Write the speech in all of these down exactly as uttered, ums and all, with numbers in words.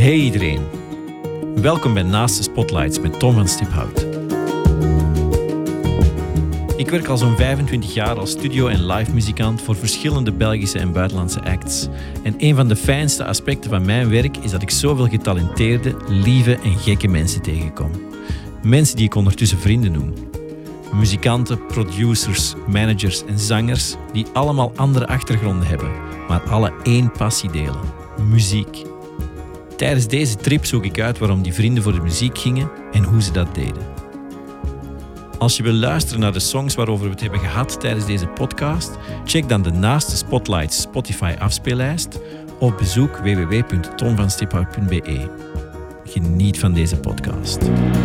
Hey iedereen. Welkom bij Naast de Spotlights met Tom van Stiphout. Ik werk al zo'n vijfentwintig jaar als studio- en live muzikant voor verschillende Belgische en buitenlandse acts. En een van de fijnste aspecten van mijn werk is dat ik zoveel getalenteerde, lieve en gekke mensen tegenkom. Mensen die ik ondertussen vrienden noem. Muzikanten, producers, managers en zangers die allemaal andere achtergronden hebben, maar alle één passie delen: muziek. Tijdens deze trip zoek ik uit waarom die vrienden voor de muziek gingen en hoe ze dat deden. Als je wil luisteren naar de songs waarover we het hebben gehad tijdens deze podcast, check dan de Naast de Spotlights Spotify afspeellijst of bezoek w w w punt tom van stiphout punt b e. Geniet van deze podcast.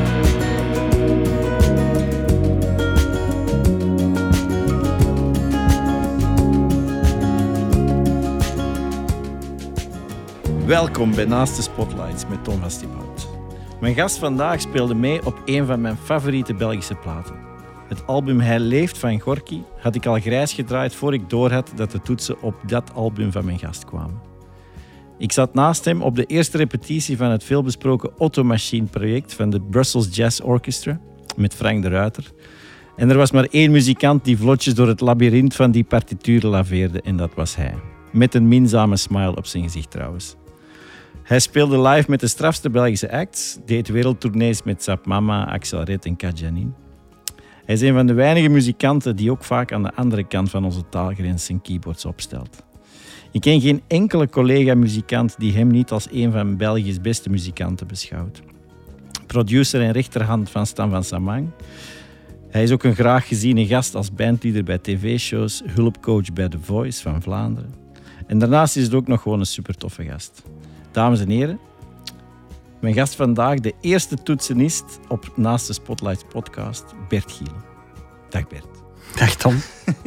Welkom bij Naast de Spotlights met Tom van Stiphout. Mijn gast vandaag speelde mee op een van mijn favoriete Belgische platen. Het album Hij Leeft van Gorky had ik al grijs gedraaid voor ik doorhad dat de toetsen op dat album van mijn gast kwamen. Ik zat naast hem op de eerste repetitie van het veelbesproken Otto Machine-project van de Brussels Jazz Orchestra met Frank de Ruiter. En er was maar één muzikant die vlotjes door het labyrint van die partituren laveerde en dat was hij. Met een minzame smile op zijn gezicht trouwens. Hij speelde live met de strafste Belgische acts, deed wereldtournees met Zap Mama, Axel Red en Kat Janine. Hij is een van de weinige muzikanten die ook vaak aan de andere kant van onze taalgrens zijn keyboards opstelt. Ik ken geen enkele collega-muzikant die hem niet als een van België's beste muzikanten beschouwt. Producer en rechterhand van Stan van Samang. Hij is ook een graag geziene gast als bandleader bij tv-shows, hulpcoach bij The Voice van Vlaanderen. En daarnaast is het ook nog gewoon een super toffe gast. Dames en heren, mijn gast vandaag, de eerste toetsenist op Naast de Spotlights podcast, Bert Gielen. Dag Bert. Dag Tom.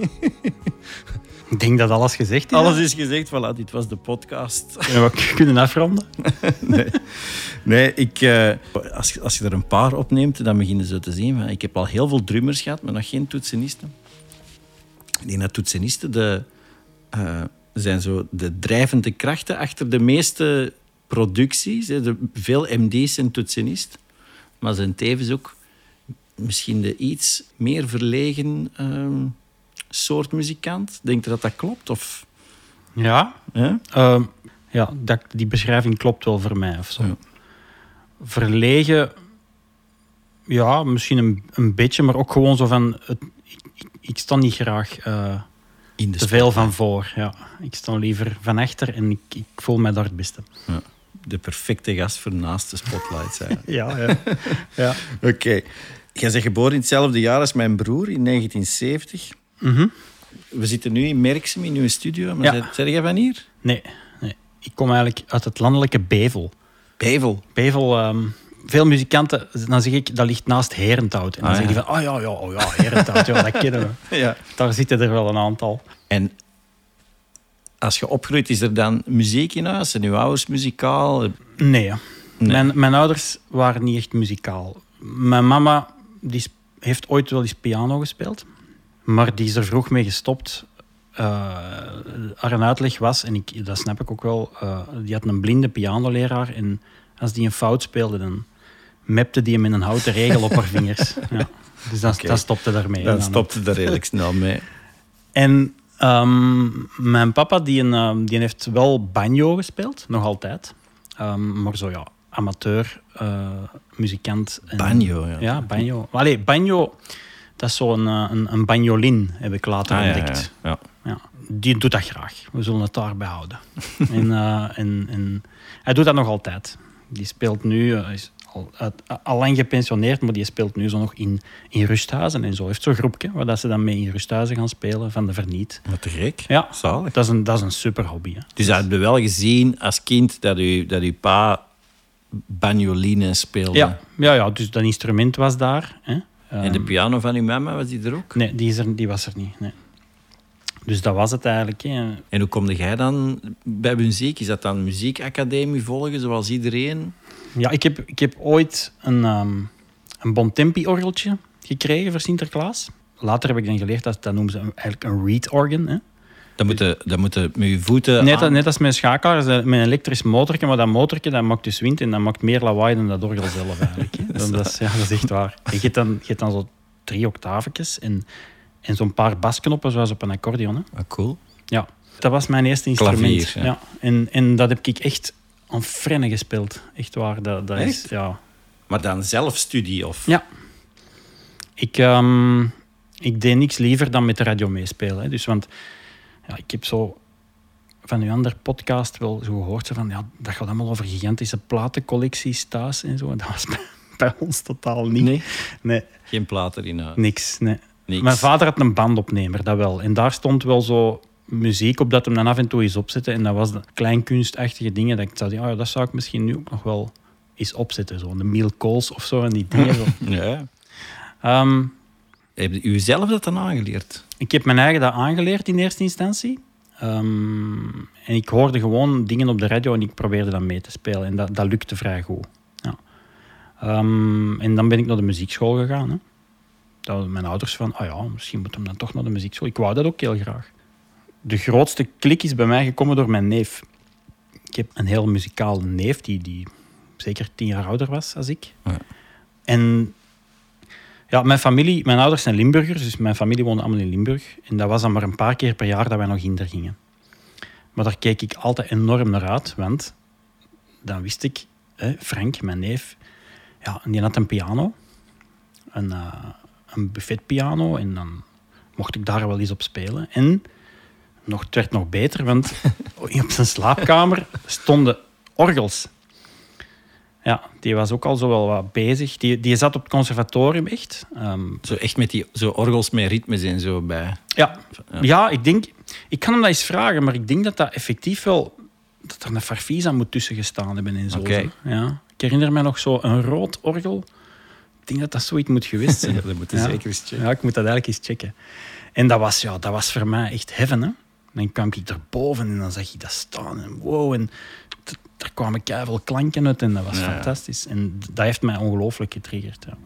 Ik denk dat alles gezegd is. Alles is gezegd, voilà, dit was de podcast. Kunnen we kunnen afronden? nee, nee ik, uh, als, als je er een paar opneemt, dan beginnen ze te zien. Ik heb al heel veel drummers gehad, maar nog geen toetsenisten. Ik denk dat toetsenisten de... Uh, zijn zo de drijvende krachten achter de meeste producties. De, veel M D's zijn toetsenist, maar zijn tevens ook misschien de iets meer verlegen uh, soort muzikant. Denk je dat dat klopt? Of? Ja, ja? Uh, ja dat, die beschrijving klopt wel voor mij. Of zo. Ja. Verlegen, ja, misschien een, een beetje, maar ook gewoon zo van... Het, ik, ik, ik sta niet graag... Uh, In de te veel van voor, ja. Ik sta liever van achter en ik, ik voel mij daar het beste. Ja, de perfecte gast voor Naast de Spotlights. ja, ja. ja. Oké. Okay. Jij bent geboren in hetzelfde jaar als mijn broer, in negentien zeventig. Mm-hmm. We zitten nu in Merksem, in uw studio. Maar ja. Zeg jij van hier? Nee, nee. Ik kom eigenlijk uit het landelijke Bevel. Bevel? Bevel... Um, veel muzikanten, dan zeg ik, dat ligt naast Herenthout. En dan ah, zeggen die ja. van, oh ja, ja, oh ja, Herenthout, ja, dat kennen we. Ja. Daar zitten er wel een aantal. En als je opgroeit, is er dan muziek in huis? Zijn uw ouders muzikaal? Nee. nee. Mijn, mijn ouders waren niet echt muzikaal. Mijn mama die heeft ooit wel eens piano gespeeld, maar die is er vroeg mee gestopt. Uh, haar uitleg was, en ik, dat snap ik ook wel, uh, die had een blinde pianoleraar en als die een fout speelde, dan mepte die hem in een houten regel op haar vingers. Ja. Dus dan, okay. dan stopte daarmee. Dan, dan stopte daar redelijk snel mee. En um, mijn papa, die, een, die heeft wel banjo gespeeld, nog altijd. Um, maar zo ja, amateur, uh, muzikant. En, banjo, ja. Ja, banjo. Allee, banjo, dat is zo'n een, een banjolin, heb ik later ah, ontdekt. Ja, ja. Ja. Ja, die doet dat graag. We zullen het daarbij houden. en, uh, en, en hij doet dat nog altijd. Die speelt nu, uh, is al, uh, al lang gepensioneerd, maar die speelt nu zo nog in, in rusthuizen en zo. Hij heeft zo'n groepje waar dat ze dan mee in rusthuizen gaan spelen van de Verniet. Wat te gek. Ja, zalig. Dat is een, dat is een super hobby. Hè. Dus dat heb je wel gezien als kind dat u, dat uw pa banjoline speelde? Ja, ja, ja, dus dat instrument was daar. Hè. Um, en de piano van uw mama, was die er ook? Nee, die, is er, die was er niet. Nee. Dus dat was het eigenlijk. Hè. En hoe kom jij dan bij muziek? Is dat dan muziekacademie volgen, zoals iedereen? Ja, ik heb, ik heb ooit een, um, een Bontempi-orgeltje gekregen voor Sinterklaas. Later heb ik dan geleerd dat dat noemen ze eigenlijk een reed organ. Hè. Dat moet je, dat moet je met je voeten Net, aan... net als met een schakelaar, met een elektrisch motorje, maar dat motorje dat maakt dus wind en dat maakt meer lawaai dan dat orgel zelf eigenlijk. Hè. dat, dat, is, ja, dat is echt waar. En je hebt dan, je hebt dan zo drie octaafjes en, en zo'n paar basknoppen zoals op een accordeon. Hè. Ah, cool. Ja, dat was mijn eerste instrument. Klavier, ja. Ja. En, en dat heb ik echt aan frennen gespeeld. Echt waar. Dat, dat is, Echt? ja. Maar dan zelf studie? Of... Ja. Ik, um, ik deed niks liever dan met de radio meespelen. Hè. Dus, want ja, ik heb zo van uw andere podcast wel zo gehoord. Zo van, ja, dat gaat allemaal over gigantische platencollecties thuis en zo. Dat was bij, bij ons totaal niet. Nee? Nee. Geen platen in huis? Niks, nee. Niks. Mijn vader had een bandopnemer, dat wel. En daar stond wel zo muziek op dat hem dan af en toe eens opzette. En dat was de kleinkunstachtige dingen. Dat ik dacht, ja, dat zou ik misschien nu ook nog wel eens opzetten. Zo. De Meal Coles of zo en die dingen. Zo. Ja. Um, Heb je zelf dat dan aangeleerd? ik heb mijn eigen dat aangeleerd in eerste instantie. Um, en ik hoorde gewoon dingen op de radio en ik probeerde dat mee te spelen. En dat, dat lukte vrij goed. Ja. Um, en dan ben ik naar de muziekschool gegaan. Hè. Dat waren mijn ouders van, ah ja, misschien moet hem dan toch naar de muziekschool. Ik wou dat ook heel graag. De grootste klik is bij mij gekomen door mijn neef. Ik heb een heel muzikale neef die, die zeker tien jaar ouder was als ik. Ja. En ja, mijn familie, mijn ouders zijn Limburgers, dus mijn familie woonde allemaal in Limburg. En dat was dan maar een paar keer per jaar dat wij nog Ginder gingen. Maar daar keek ik altijd enorm naar uit, want dan wist ik, hè, Frank, mijn neef, ja, die had een piano, een, uh, een buffetpiano, en dan mocht ik daar wel eens op spelen. En nog, het werd nog beter, want op zijn slaapkamer stonden orgels. Ja, die was ook al zo wel wat bezig. Die, die zat op het conservatorium echt. Um, Zo echt met die zo orgels met ritmes en zo bij. ja. Ja. ja, ik denk... Ik kan hem dat eens vragen, maar ik denk dat dat effectief wel... Dat er een farfisa moet tussen gestaan hebben en zo. Okay. Zo. Ja. Ik herinner me nog zo een rood orgel. Ik denk dat dat zoiets moet geweest zijn. Ja, dat moet je ja. zeker eens checken. Ja, ik moet dat eigenlijk eens checken. En dat was, ja, dat was voor mij echt heaven, hè. Dan kwam ik erboven en dan zag ik dat staan. En wow, en t- er kwamen keiveel klanken uit en dat was ja. fantastisch. En dat heeft mij ongelooflijk getriggerd. Ja.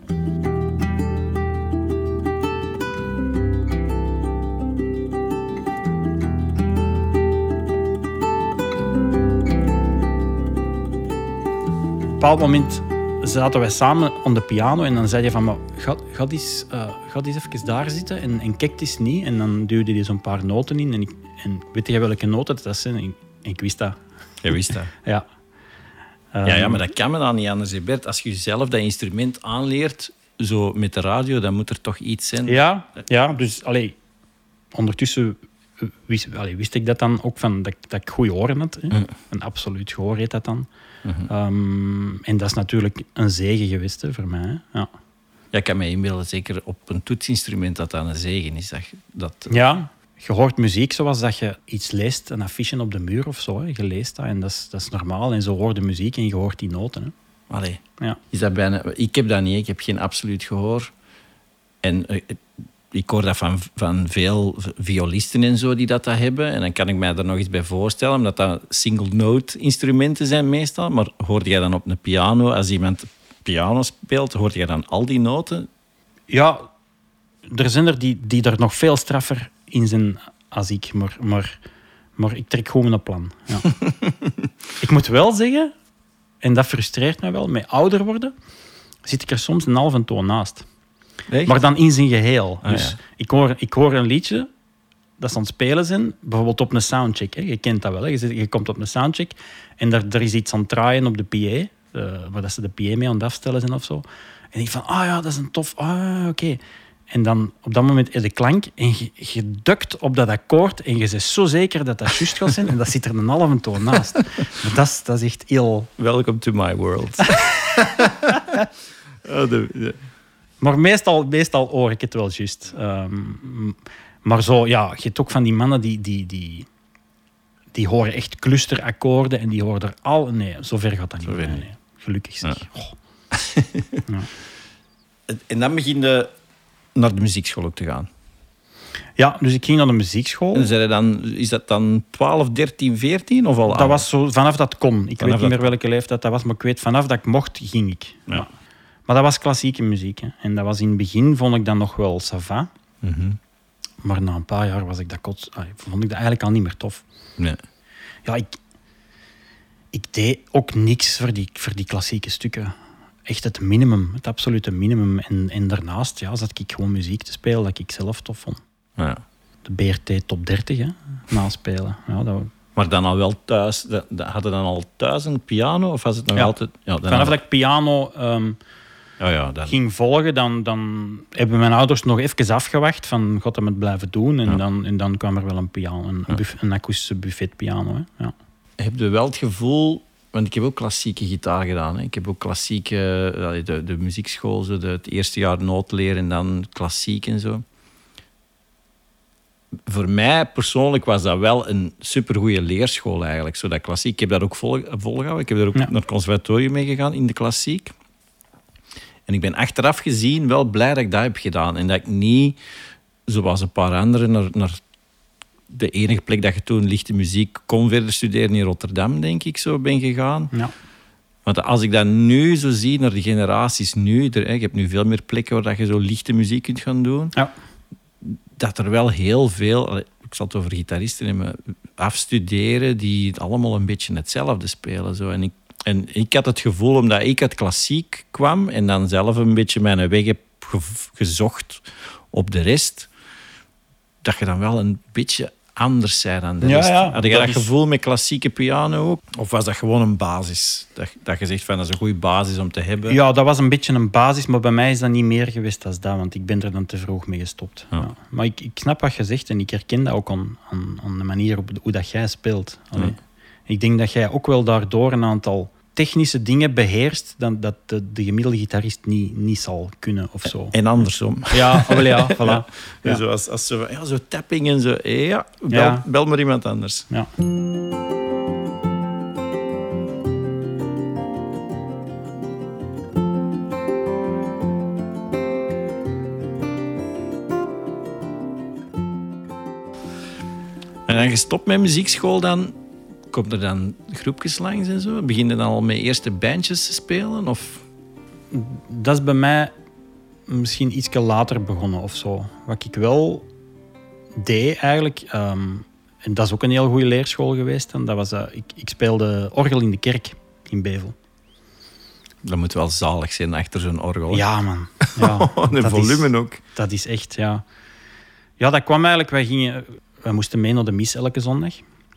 Op een bepaald moment zaten wij samen aan de piano en dan zei je van, maar ga, ga, eens, uh, ga eens even daar zitten en, en kijk eens niet. En dan duwde hij zo'n paar noten in en, ik, en weet je welke noten dat zijn? En ik, en ik wist dat. Je wist dat? Ja. Um, ja, ja, maar dat kan me dan niet anders, hè, Bert. Als je zelf dat instrument aanleert, zo met de radio, dan moet er toch iets zijn. Ja, ja dus allee, ondertussen wist, allee, wist ik dat dan ook van dat, dat ik goede oren had. Hè. Mm. Een absoluut gehoor heet dat dan. Mm-hmm. Um, en dat is natuurlijk een zegen geweest hè, voor mij. Hè. Ja. Ja, ik kan me inbeelden, zeker op een toetsinstrument, dat dat een zegen is. Dat, dat... Ja, je hoort muziek zoals dat je iets leest, een affiche op de muur of zo. Hè. Je leest dat en dat is, dat is normaal. En zo hoort de muziek en je hoort die noten. Hè. Allee. Ja. Is dat bijna... Ik heb dat niet, ik heb geen absoluut gehoor. En uh, ik hoor dat van, van veel violisten en zo die dat, dat hebben. En dan kan ik mij er nog iets bij voorstellen, omdat dat single-note instrumenten zijn meestal. Maar hoorde jij dan op een piano, als iemand piano speelt, hoorde jij dan al die noten? Ja, er zijn er die, die er nog veel straffer in zijn als ik. Maar, maar, maar ik trek gewoon een plan. Ja. Ik moet wel zeggen, en dat frustreert mij wel, met ouder worden zit ik er soms een halve toon naast. Echt? Maar dan in zijn geheel. Ah, dus ja. ik, hoor, ik hoor een liedje dat ze aan het spelen zijn, bijvoorbeeld op een soundcheck. Hè. Je kent dat wel. Hè. Je, zit, je komt op een soundcheck en er, er is iets aan het draaien op de P A, uh, waar dat ze de P A mee aan het afstellen zijn of zo. En ik van, ah ja, dat is een tof... Ah, oké. Okay. En dan op dat moment is de klank en je, je dukt op dat akkoord en je bent zo zeker dat dat juist gaat zijn en dat zit er een halve toon naast. Maar dat is, dat is echt heel... Welcome to my world. oh, de, de. Maar meestal, meestal hoor ik het wel juist. Um, maar zo, ja, je hebt ook van die mannen die, die, die, die horen echt clusterakkoorden en die horen er al... Nee, zover gaat dat niet. Nee, nee. Gelukkig zeg. Ja. Oh. Ja. En dan begin je naar de muziekschool ook te gaan. Ja, dus ik ging naar de muziekschool. En zei dan, is dat dan twaalf, dertien, veertien of al Dat aan? was zo, vanaf dat kon. Ik Vanaf weet niet meer dat... welke leeftijd dat was, maar ik weet, vanaf dat ik mocht, ging ik. Ja. Ja. Maar dat was klassieke muziek. Hè. En dat was in het begin, vond ik dat nog wel ça va. Mm-hmm. Maar na een paar jaar was ik dat kot, allee, vond ik dat eigenlijk al niet meer tof. Nee. Ja, ik, ik deed ook niks voor die, voor die klassieke stukken. Echt het minimum, het absolute minimum. En, en daarnaast ja, zat ik gewoon muziek te spelen dat ik zelf tof vond. Ja. De B R T Top dertig, hè, naspelen. Ja, dat... Maar dan al wel thuis, dat, dat, hadden dan al thuis een piano? Of was het nog ja. altijd... Ja, dan Vanaf al... dat ik piano um, ja, ja, dan... ging volgen, dan, dan hebben mijn ouders nog even afgewacht van God hem het blijven doen. En, ja. dan, en dan kwam er wel een piano, een, ja. buff, een akoestische buffetpiano. Hè. Ja. Heb je wel het gevoel... Want ik heb ook klassieke gitaar gedaan. Hè. Ik heb ook klassieke... De, de muziekschool, zo, de, het eerste jaar noodleer en dan klassiek en zo. Voor mij persoonlijk was dat wel een supergoeie leerschool eigenlijk. Zo dat klassiek. Ik heb dat ook vol, volgehouden. Ik heb daar ook ja. naar het conservatorium mee gegaan in de klassiek. En ik ben achteraf gezien wel blij dat ik dat heb gedaan. En dat ik niet, zoals een paar anderen, naar, naar de enige plek dat je toen lichte muziek kon verder studeren in Rotterdam, denk ik, zo ben gegaan. Ja. Want als ik dat nu zo zie, naar de generaties nu, er, hè, je hebt nu veel meer plekken waar je zo lichte muziek kunt gaan doen. Ja. Dat er wel heel veel, ik zal het over gitaristen hebben, afstuderen die allemaal een beetje hetzelfde spelen. Zo. En, ik, en ik had het gevoel, omdat ik uit klassiek kwam en dan zelf een beetje mijn weg heb gezocht op de rest, dat je dan wel een beetje anders zijn dan de ja, rest. ja, Had je dat, dat is... gevoel met klassieke piano ook? Of was dat gewoon een basis? Dat, dat je zegt van dat is een goede basis om te hebben? Ja, dat was een beetje een basis, maar bij mij is dat niet meer geweest dan dat, want ik ben er dan te vroeg mee gestopt. Ja. Ja. Maar ik, ik snap wat je zegt en ik herken dat ook aan, aan, aan de manier op de, hoe dat jij speelt. Allee. Ja. Ik denk dat jij ook wel daardoor een aantal technische dingen beheerst dan dat de, de gemiddelde gitarist niet, niet zal kunnen of zo. En andersom. Ja, wel ja, voilà. Ja. Ja. Zo, als, als zo, ja, zo tapping en zo. Ja, bel, ja. bel maar iemand anders. Ja. En dan gestopt met muziekschool dan... Komt er dan groepjes langs en zo? Begin je dan al met eerste bandjes te spelen? Of? Dat is bij mij misschien iets later begonnen of zo. Wat ik wel deed eigenlijk... Um, en dat is ook een heel goede leerschool geweest. En dat was, uh, ik, ik speelde orgel in de kerk in Bevel. Dat moet wel zalig zijn achter zo'n orgel. Ja, man. Ja, de volume is, ook. Dat is echt, ja... Ja, dat kwam eigenlijk... Wij, gingen, wij moesten mee naar de mis elke zondag.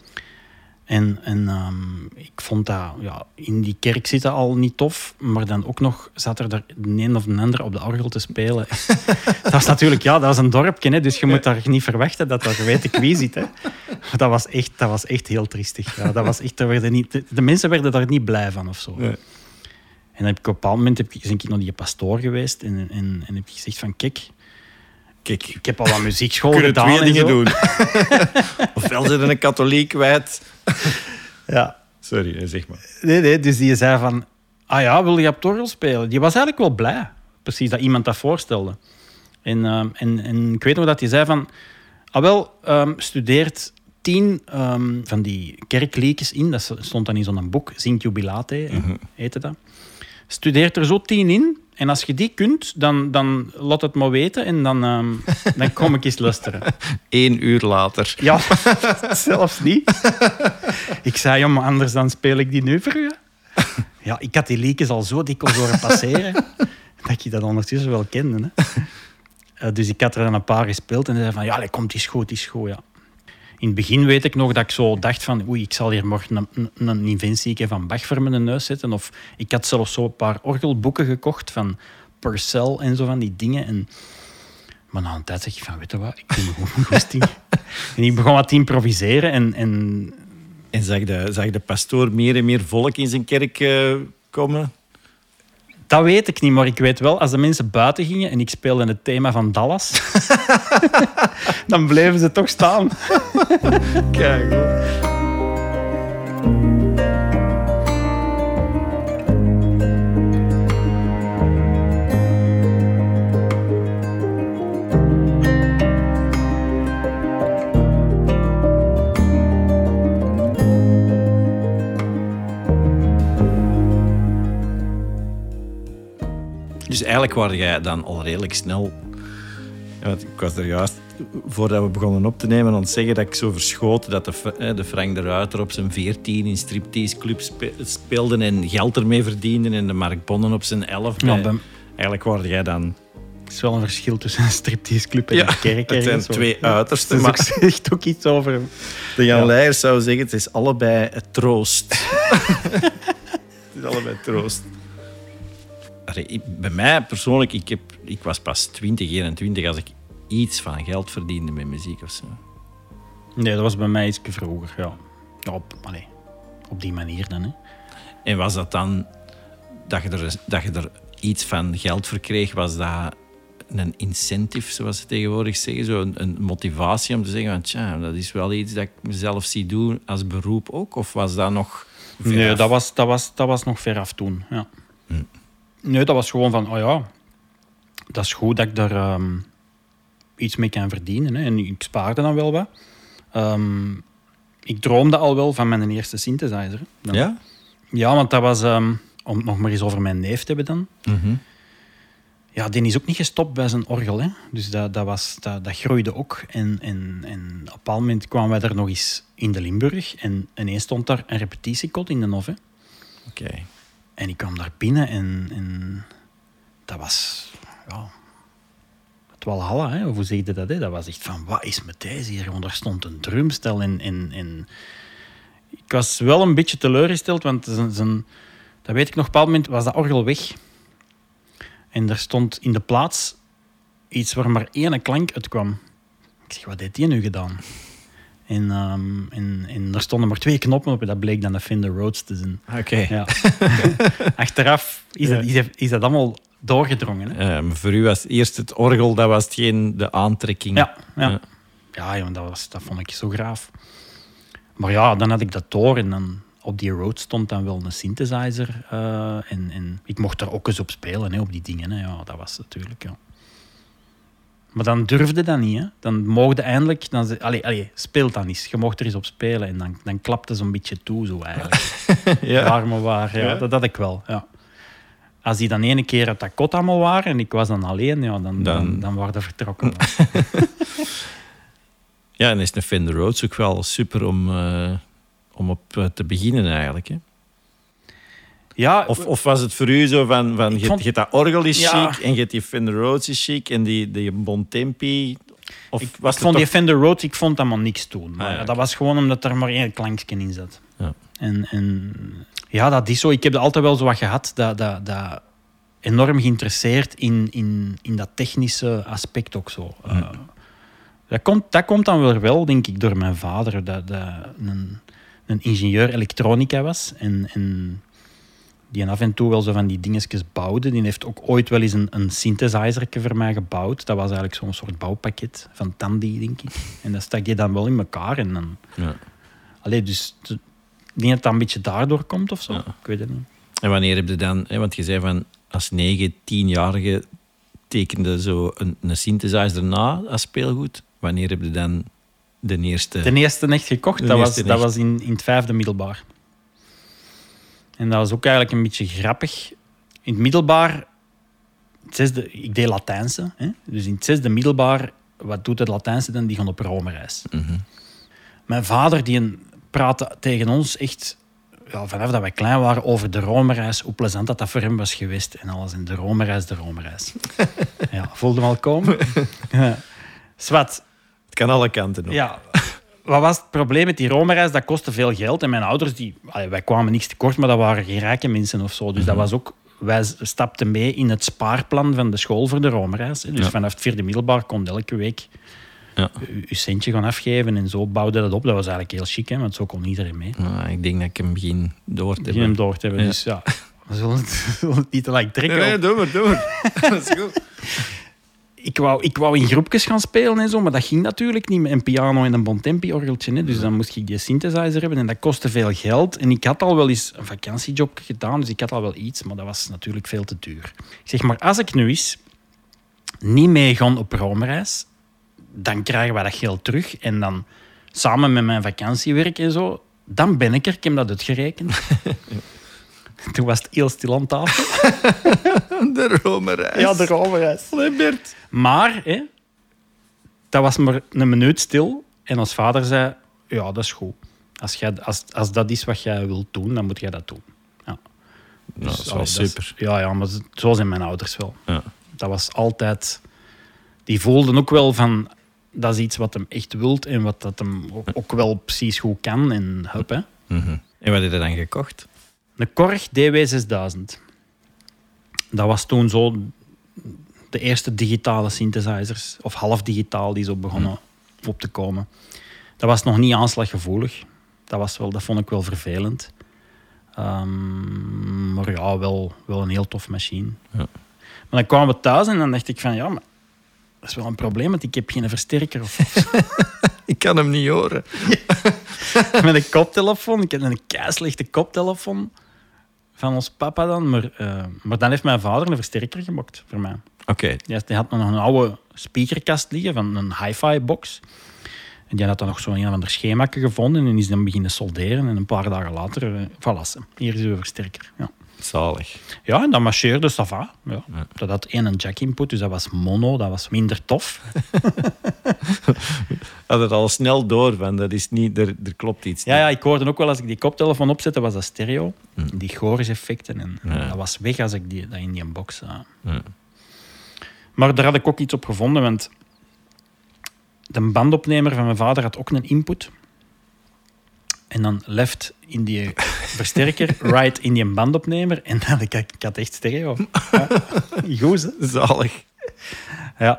En, en um, ik vond dat ja, in die kerk zitten al niet tof, maar dan ook nog zat er daar de een of de ander op de orgel te spelen. Dat was natuurlijk, ja, dat was een dorpje, hè, dus je moet daar niet verwachten dat daar weet ik wie zit. Hè. Dat was echt, dat was echt heel triestig. Ja, dat was echt, er werden niet, de, de mensen werden daar niet blij van of zo. Nee. En dan heb ik op een bepaald moment heb ik, ben ik naar die pastoor geweest en, en, en heb ik gezegd van, kijk, Kijk, ik heb al aan muziekschool kunnen gedaan. Twee dingen zo. doen. Ofwel zit er een katholiek kwijt. Ja. Sorry, zeg maar. Nee, nee, dus die zei van... Ah ja, wil je op het orgel spelen? Die was eigenlijk wel blij. Precies, dat iemand dat voorstelde. En, uh, en, en ik weet nog dat hij zei van... Ah wel, um, studeert tien um, van die kerkliedjes in. Dat stond dan in zo'n boek. Zingt Jubilate, mm-hmm. heette dat. Studeert er zo tien in. En als je die kunt, dan, dan laat het maar weten. En dan, um, dan kom ik eens luisteren. Eén uur later. Ja, zelfs niet. Ik zei, ja, maar anders dan speel ik die nu voor u. Ja, ik had die liedjes al zo dikwijls horen passeren, dat je dat ondertussen wel kende. Hè. Uh, dus ik had er dan een paar gespeeld en zei van, ja, komt, is goed, is goed, ja. In het begin weet ik nog dat ik zo dacht van, oei, ik zal hier morgen een, een, een inventie van Bach voor mijn neus zetten. Of ik had zelfs zo een paar orgelboeken gekocht van Purcell en zo van die dingen. En, maar na een tijd zeg je van, weet je wat, ik doe me gewoon een goesting. En ik begon wat te improviseren en... en En zag de, zag de pastoor meer en meer volk in zijn kerk uh, komen? Dat weet ik niet, maar ik weet wel, als de mensen buiten gingen en ik speelde het thema van Dallas, dan bleven ze toch staan. Kijk hoor. Dus eigenlijk was jij dan al redelijk snel... Ja, ik was er juist voordat we begonnen op te nemen, aan het zeggen dat ik zo verschoten dat de, de Frank de Ruiter op zijn veertien in striptease-club speelde en geld ermee verdiende en de Mark Bonnen op zijn elf. Ja, ben... Eigenlijk hoorde jij dan... Er is wel een verschil tussen een stripteaseclub en ja, een kerk. Het zijn zo. twee uitersten. Het is ook, zegt ook iets over... De Jan ja. Leijers zou zeggen, het is allebei het troost. Het is allebei troost. Bij mij persoonlijk, ik, heb, ik was pas twintig, eenentwintig als ik iets van geld verdiende met muziek of zo. Nee, dat was bij mij iets vroeger, ja. ja op, allez, op die manier dan, hè. En was dat dan dat je, er, dat je er iets van geld voor kreeg, was dat een incentive, zoals ze tegenwoordig zeggen, zo een, een motivatie om te zeggen, van, tja, dat is wel iets dat ik mezelf zie doen als beroep ook? Of was dat nog veraf? Nee, dat was, dat, was, dat was nog veraf toen, ja. Hm. Nee, dat was gewoon van, oh ja, dat is goed dat ik daar um, iets mee kan verdienen. Hè. En ik spaarde dan wel wat. Um, ik droomde al wel van mijn eerste synthesizer. Dan. Ja? Ja, want dat was, um, om het nog maar eens over mijn neef te hebben dan. Mm-hmm. Ja, die is ook niet gestopt bij zijn orgel. Hè. Dus dat, dat, was, dat, dat groeide ook. En, en, en op een bepaald moment kwamen wij daar nog eens in de Limburg. En ineens stond daar een repetitiekot in de Nof. Oké. Okay. En ik kwam daar binnen en, en dat was... Ja, het Walhalla, hè? Of hoe zeg je dat? Hè? Dat was echt van, wat is met deze hier? Want daar stond een drumstel en, en, en... Ik was wel een beetje teleurgesteld, want zijn, zijn, dat weet ik nog, op een bepaald moment was dat orgel weg. En er stond in de plaats iets waar maar één klank uitkwam. Ik zeg, wat heeft die nu gedaan? En, um, en, en er stonden maar twee knoppen op en dat bleek dan de Fender Rhodes te zijn. Oké. Okay. Ja. Achteraf is, ja. dat, is, is dat allemaal doorgedrongen. Hè? Ja, maar voor u was eerst het orgel, dat was hetgeen, de aantrekking. Ja, ja. ja. ja joh, dat, was, dat vond ik zo graaf. Maar ja, dan had ik dat door en dan op die Rhodes stond dan wel een synthesizer. Uh, en, en ik mocht daar ook eens op spelen, hè, op die dingen. Hè. Ja, dat was natuurlijk, ja. Maar dan durfde dat niet. Hè. Dan mocht je eindelijk... Dan ze, allee, allee, speel dan eens. Je mocht er eens op spelen. En dan, dan klapte zo'n beetje toe, zo eigenlijk. ja. Waar maar waar. Ja, ja. Dat had ik wel, ja. Als die dan ene keer uit dat kot allemaal waren en ik was dan alleen, ja, dan, dan... dan, dan waren we vertrokken. Ja, en is een Fender Rhodes ook wel super om, uh, om op uh, te beginnen eigenlijk, hè? Ja, of, of was het voor u zo van, van je, vond, je dat orgel is ja. chic en je hebt die Fender Rhodes is chic en die, die Bontempi? Of ik was ik vond toch... die Fender Rhodes, ik vond dat maar niks toen. Maar ah, ja, dat okay. was gewoon omdat er maar één klankje in zat. Ja. En, en ja, dat is zo. Ik heb dat altijd wel zo wat gehad, dat, dat, dat enorm geïnteresseerd in, in, in dat technische aspect ook zo. Ja. Uh, dat, komt, dat komt dan weer wel, denk ik, door mijn vader, dat, dat een, een ingenieur elektronica was en... en die af en toe wel zo van die dingetjes bouwde. Die heeft ook ooit wel eens een, een synthesizerke voor mij gebouwd. Dat was eigenlijk zo'n soort bouwpakket van Tandy, denk ik. En dat stak je dan wel in elkaar. En dan... ja. Allee, dus ik denk dat dat een beetje daardoor komt of zo. Ja. Ik weet het niet. En wanneer heb je dan... Hè, want je zei van als negen, tienjarige tekende zo een, een synthesizer na als speelgoed. Wanneer heb je dan de eerste... De eerste echt gekocht? Dat, was, dat was in, in het vijfde middelbaar. En dat was ook eigenlijk een beetje grappig. In het middelbaar, het zesde, ik deed Latijnse. Hè? Dus in het zesde middelbaar, wat doet het Latijnse dan? Die gaan op Rome-reis. Mm-hmm. Mijn vader die praatte tegen ons echt, ja, vanaf dat wij klein waren, over de Rome-reis, hoe plezant dat dat voor hem was geweest. En alles in de Rome-reis, de Rome-reis. Ja, voelde hem al komen. Zwat. Het kan alle kanten op. Ja. Wat was het probleem met die Rome-reis? Dat kostte veel geld. En mijn ouders, die, allee, wij kwamen niks tekort, maar dat waren geen rijke mensen of zo. Dus mm-hmm. dat was ook, wij stapten mee in het spaarplan van de school voor de Rome-reis. Dus ja. vanaf het vierde middelbaar kon elke week ja. je centje gaan afgeven. En zo bouwde dat op. Dat was eigenlijk heel chic, hè, want zo kon iedereen mee. Nou, ik denk dat ik hem begin door te begin hebben. hem door te hebben. Ja. Dus ja, we zullen het, zullen het niet te lang trekken. Nee, nee, doe maar, doe maar. Dat is goed. Ik wou, ik wou in groepjes gaan spelen en zo, maar dat ging natuurlijk niet met een piano en een Bontempi-orgeltje. Hè. Dus dan moest ik die synthesizer hebben en dat kostte veel geld. En ik had al wel eens een vakantiejob gedaan, dus ik had al wel iets, maar dat was natuurlijk veel te duur. Ik zeg, maar als ik nu eens niet meegaan op Rome-reis, dan krijgen we dat geld terug. En dan samen met mijn vakantiewerk en zo, dan ben ik er. Ik heb dat uitgerekend. Toen was het heel stil aan tafel. De Rome-reis. Ja, de Rome-reis. Allee, Bert. Maar, hè, dat was maar een minuut stil. En ons vader zei, ja, dat is goed. Als, jij, als, als dat is wat jij wilt doen, dan moet jij dat doen. Ja. Nou, Dus, dat is wel oh, super. Is, ja, ja, maar zo zijn mijn ouders wel. Ja. Dat was altijd... Die voelden ook wel van... Dat is iets wat hem echt wilt en wat dat hem ook, ook wel precies goed kan. En hup, hè. Mm-hmm. En wat heb je dan gekocht? Een Korg D W zesduizend. Dat was toen zo de eerste digitale synthesizers, of half digitaal, die zo begonnen mm. op te komen. Dat was nog niet aanslaggevoelig. Dat, was wel, dat vond ik wel vervelend. Um, maar ja, wel, wel een heel tof machine. Ja. Maar dan kwamen we thuis en dan dacht ik van, ja, maar dat is wel een probleem, want ik heb geen versterker. Of... ik kan hem niet horen. Met een koptelefoon. Ik had een keislichte koptelefoon van ons papa dan. Maar, uh, maar dan heeft mijn vader een versterker gemaakt voor mij. Oké. Okay. Die had nog een oude speakerkast liggen van een hi-fi box. En die had dan nog zo'n een of ander schemaatje gevonden en is dan beginnen solderen. En een paar dagen later, uh, voilà, hier is uw versterker. Ja. Zalig. Ja, en dat marcheerde ça va. Ja. Ja. Dat had één een jack-input, dus dat was mono, dat was minder tof. Had het al snel door, van dat is niet, er, er klopt iets ja, ja, ik hoorde ook wel als ik die koptelefoon opzette, was dat stereo. Mm. Die chorus-effecten. En Ja. dat was weg als ik die, dat in die box zag. Ja. Maar daar had ik ook iets op gevonden, want de bandopnemer van mijn vader had ook een input. En dan left in die versterker, right in die bandopnemer. En dan ik, ik had echt stereo. Ja. Goed, hè? Zalig. Ja.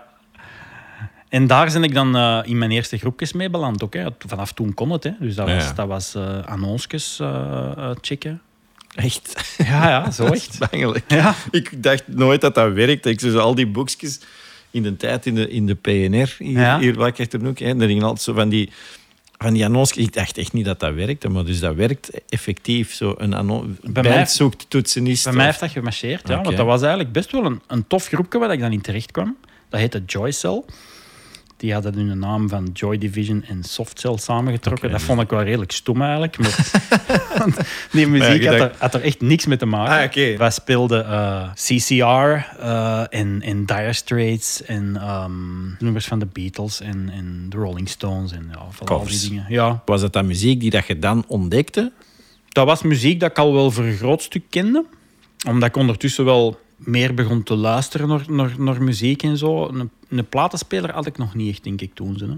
En daar ben ik dan uh, in mijn eerste groepjes mee beland. Ook, hè. Vanaf toen kon het. Hè. Dus dat was, Ja. dat was uh, annonsjes uh, uh, checken. Echt? Ja, ja, zo echt. Bangelijk. Ja. Ik dacht nooit dat dat werkte. Ik zo al die boekjes in de tijd in de, in de P N R, hier, Ja. hier waar ik achter de hoek, hè, er gingen altijd zo van die, van die annonces. Ik dacht echt niet dat dat werkte, maar dus dat werkt effectief. Zo een annonce. Bij Band mij- zoekt toetsenist. Bij mij heeft dat gemarcheerd. Ja, Oké. want dat was eigenlijk best wel een, een tof groepje waar ik dan in terecht kwam. Dat heette Joycell. Die hadden hun naam van Joy Division en Softcell samengetrokken. Oké, dat dus- vond ik wel redelijk stom eigenlijk. Maar die muziek Ja, je had, dacht- er, had er echt niks mee te maken. Ah, oké. Wij speelden uh, C C R uh, en, en Dire Straits en um, nummers van de Beatles en, en de Rolling Stones en ja, van al die Covers. dingen. Ja, Was het dan muziek die dat je dan ontdekte? dat was muziek dat ik al wel voor een groot stuk kende. Omdat ik ondertussen wel meer begon te luisteren naar, naar, naar muziek en zo. Een, een platenspeler had ik nog niet echt, denk ik, toen. Zo, hè.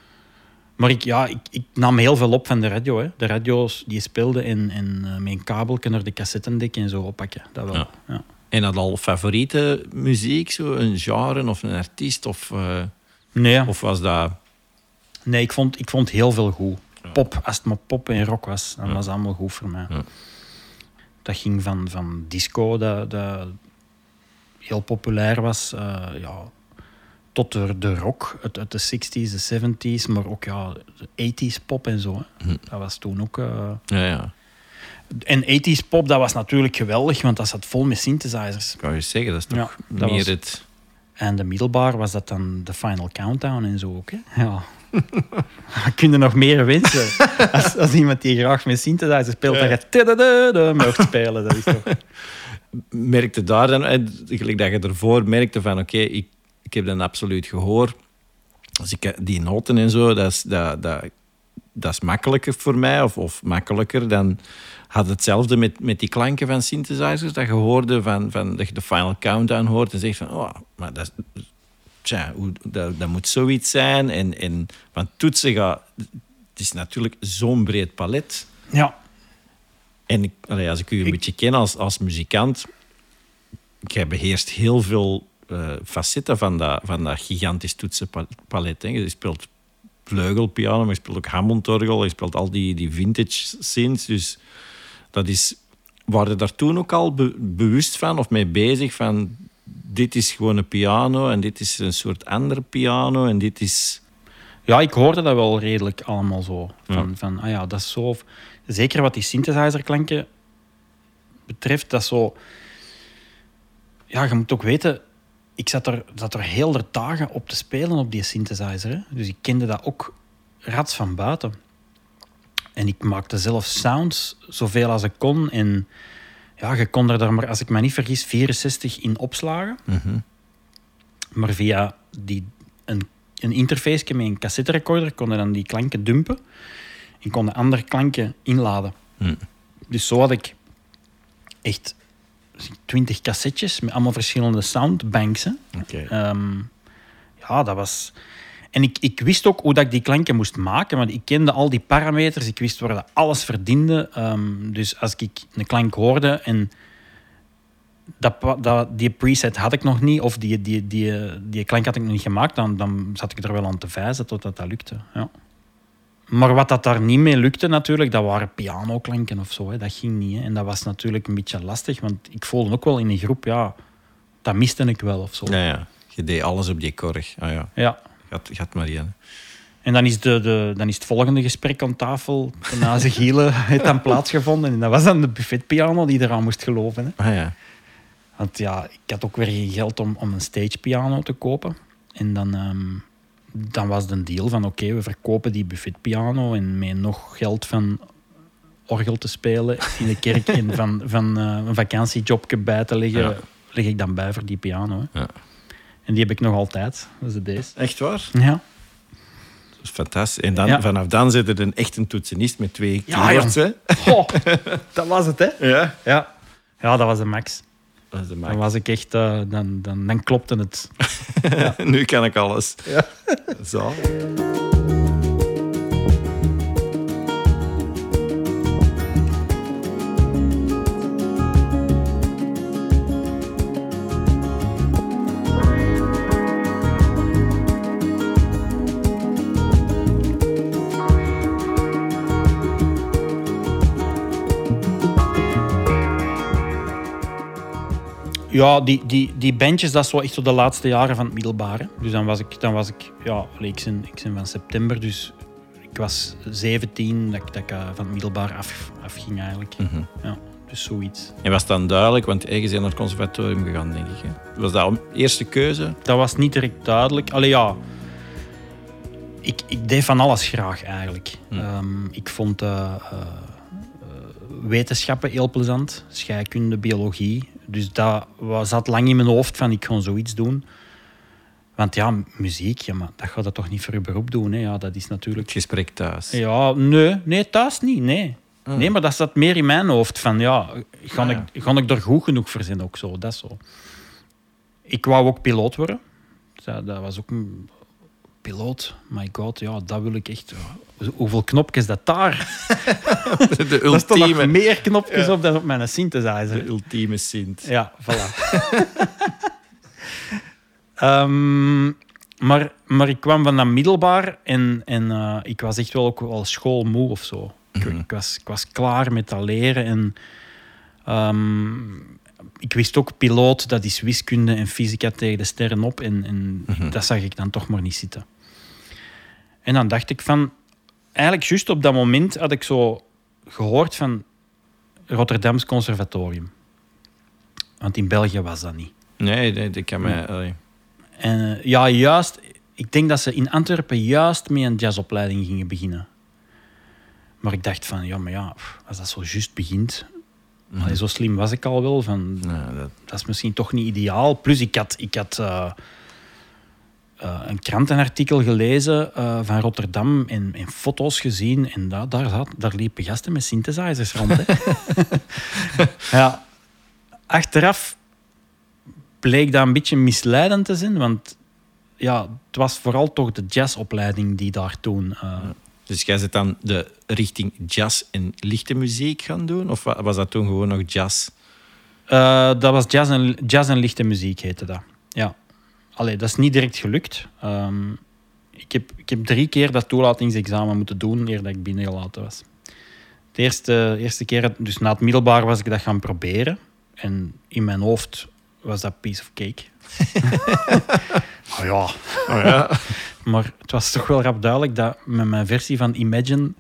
Maar ik, ja, ik, ik nam heel veel op van de radio. Hè. De radio's die speelden en, en uh, mijn kabelken naar de cassettendek en zo oppakken. Dat wel. Ja. Ja. En had al favoriete muziek, zo een genre of een artiest? Of, uh, Nee, of was dat... nee ik, vond, ik vond heel veel goed. Ja. Pop, als het maar pop en rock was, dan Ja. was het allemaal goed voor mij. Ja. Dat ging van, van disco, dat, dat heel populair was, uh, ja, tot de, de rock uit, uit de zestig's, de zeventig's, maar ook ja, de tachtig's pop en zo. Hè. Hm. Dat was toen ook... Uh... Ja, ja. En tachtig's pop, dat was natuurlijk geweldig, want dat zat vol met synthesizers. Ik wou je zeggen, dat is toch Ja, dat meer was- het... En de middelbaar was dat dan de Final Countdown en zo ook. Hè. Ja. Kun je nog meer wensen? Als, als iemand die graag met synthesizers speelt, Ja. dat je tadadada mocht spelen. Dat is toch... Merkte daar dan, eh, gelijk dat je ervoor merkte van oké, ik, ik heb dan absoluut gehoor. Dus ik, die noten en zo, dat is, dat, dat, dat is makkelijker voor mij, of, of makkelijker dan... Had hetzelfde met, met die klanken van synthesizers, dat je hoorde van, van dat je de Final Countdown hoort en zegt van, oh, maar dat, is- tja, hoe, dat, dat moet zoiets zijn. En, en, want toetsen gaat... Het is natuurlijk zo'n breed palet. Ja. En ik, allee, als ik u een Ik- beetje ken als, als muzikant, jij beheerst heel veel eh, facetten van dat, van dat gigantisch toetsenpalet. Hè. Je speelt vleugelpiano, maar je speelt ook Hammondorgel, je speelt al die, die vintage synths. Dus dat is... Waren je daar toen ook al be- bewust van of mee bezig van dit is gewoon een piano en dit is een soort andere piano en dit is... Ja, ik hoorde dat wel redelijk allemaal zo. Van, Ja. van ah ja, dat is zo... Zeker wat die synthesizerklanken betreft, dat is zo... Ja, je moet ook weten... Ik zat er, zat er heel de dagen op te spelen op die synthesizer. Hè. Dus ik kende dat ook rats van buiten. En ik maakte zelf sounds zoveel als ik kon. En ja, je kon er daar maar, als ik me niet vergis, vierenzestig in opslagen. Mhm. Maar via die, een een interface met een cassetterecorder, kon je dan die klanken dumpen en kon de andere klanken inladen. Hm. Dus zo had ik echt twintig cassettes met allemaal verschillende soundbanks. Hè. Okay. Um, ja, dat was... En ik, ik wist ook hoe dat ik die klanken moest maken, want ik kende al die parameters, ik wist waar dat alles verdiende. Um, dus als ik een klank hoorde en dat, dat, die preset had ik nog niet, of die, die, die, die klank had ik nog niet gemaakt, dan, dan zat ik er wel aan te vijzen totdat dat lukte. Ja. Maar wat dat daar niet mee lukte natuurlijk, dat waren pianoklanken of zo. Hè. Dat ging niet. Hè. En dat was natuurlijk een beetje lastig, want ik voelde ook wel in een groep, ja, dat miste ik wel of zo. Ja, ja. Je deed alles op die korg. Ah, ja. Ja. Gaat, gaat maar in. En dan is, de, de, dan is het volgende gesprek aan tafel, na zijn gielen, heeft dan plaatsgevonden. En dat was dan de buffetpiano die eraan moest geloven. Hè. Ah, ja. Want ja, ik had ook weer geen geld om, om een stagepiano te kopen. En dan, um, dan was de deal van oké, okay, we verkopen die buffetpiano en met nog geld van orgel te spelen in de kerk en van, van uh, een vakantiejobje bij te leggen, ja. leg ik dan bij voor die piano. Hè. Ja. En die heb ik nog altijd. Dat is deze. Echt waar? Ja. Dat is fantastisch. En dan, ja. vanaf dan zit er een echte toetsenist met twee ja, keyboards. Ja. Oh, dat was het, hè? Ja. Ja, ja dat was de max. Dat is de max. Dan was ik echt... Uh, dan, dan, dan klopte het. Ja. Nu kan ik alles. Ja. Zo. Ja, die, die, die bandjes, dat is wel echt zo de laatste jaren van het middelbare. Dus dan was ik, dan was ik ja, ik ben, ik ben van september, dus ik was zeventien dat ik, dat ik uh, van het middelbaar af, afging eigenlijk. Mm-hmm. Ja, dus zoiets. En was dan duidelijk, want ergens naar het conservatorium gegaan, denk ik. Hè? Was dat de eerste keuze? Dat was niet direct duidelijk. Allee, ja... Ik, ik deed van alles graag eigenlijk. Mm. Um, ik vond uh, uh, wetenschappen heel plezant. Scheikunde, biologie. Dus dat zat lang in mijn hoofd van ik ga zoiets doen. Want ja, muziek, ja, maar dat gaat dat toch niet voor je beroep doen. Hè? Ja, dat is natuurlijk... Het gesprek thuis. Ja, nee, nee thuis niet. Nee. Mm. nee, maar dat zat meer in mijn hoofd. Van ja, ga, ah, ja. Ik, ga ik er goed genoeg voor zijn ook zo. Dat zo. Ik wou ook piloot worden. Dat, dat was ook een... Piloot, my god, ja, dat wil ik echt... Hoeveel knopjes dat daar? De ultieme... Dat is toch nog meer knopjes ja. op dan op mijn synthesizer. De ultieme synth. Ja, voilà. um, maar, maar ik kwam van dat middelbaar en, en uh, ik was echt wel ook wel schoolmoe of zo. Mm-hmm. Ik, ik, was, ik was klaar met dat leren en... Um, ik wist ook, piloot, dat is wiskunde en fysica tegen de sterren op. En, en mm-hmm. dat zag ik dan toch maar niet zitten. En dan dacht ik van... Eigenlijk juist op dat moment had ik zo gehoord van Rotterdams Conservatorium. Want in België was dat niet. Nee, nee dat kan mij... Nee. En uh, ja, juist... Ik denk dat ze in Antwerpen juist met een jazzopleiding gingen beginnen. Maar ik dacht van, ja, maar ja, als dat zo juist begint... Mm. Allee, zo slim was ik al wel. Van, nee, dat... dat is misschien toch niet ideaal. Plus, ik had, ik had uh, uh, een krantenartikel gelezen uh, van Rotterdam en, en foto's gezien. En da, daar, zat, daar liepen gasten met synthesizers rond. Hè. Ja, achteraf bleek dat een beetje misleidend te zijn. Want ja, het was vooral toch de jazzopleiding die daar toen... Uh, ja. Dus jij zit dan de richting jazz en lichte muziek gaan doen? Of was dat toen gewoon nog jazz? Uh, dat was jazz en, jazz en lichte muziek, heette dat. Ja. Allee, dat is niet direct gelukt. Um, ik, heb, ik heb drie keer dat toelatingsexamen moeten doen eer dat ik binnengelaten was. De eerste, eerste keer, dus na het middelbaar, was ik dat gaan proberen. En in mijn hoofd was dat piece of cake. Oh ja. Oh ja. Maar het was toch wel rap duidelijk dat met mijn versie van Imagine...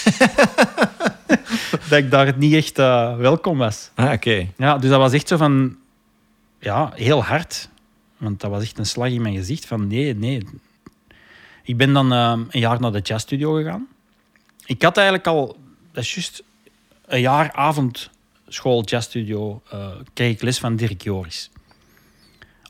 dat ik daar niet echt uh, welkom was. Ah, oké. Okay. Ja, dus dat was echt zo van... Ja, heel hard. Want dat was echt een slag in mijn gezicht van nee, nee. Ik ben dan uh, een jaar naar de jazzstudio gegaan. Ik had eigenlijk al... Dat is juist een jaar avondschool jazzstudio... Uh, kreeg ik les van Dirk Joris.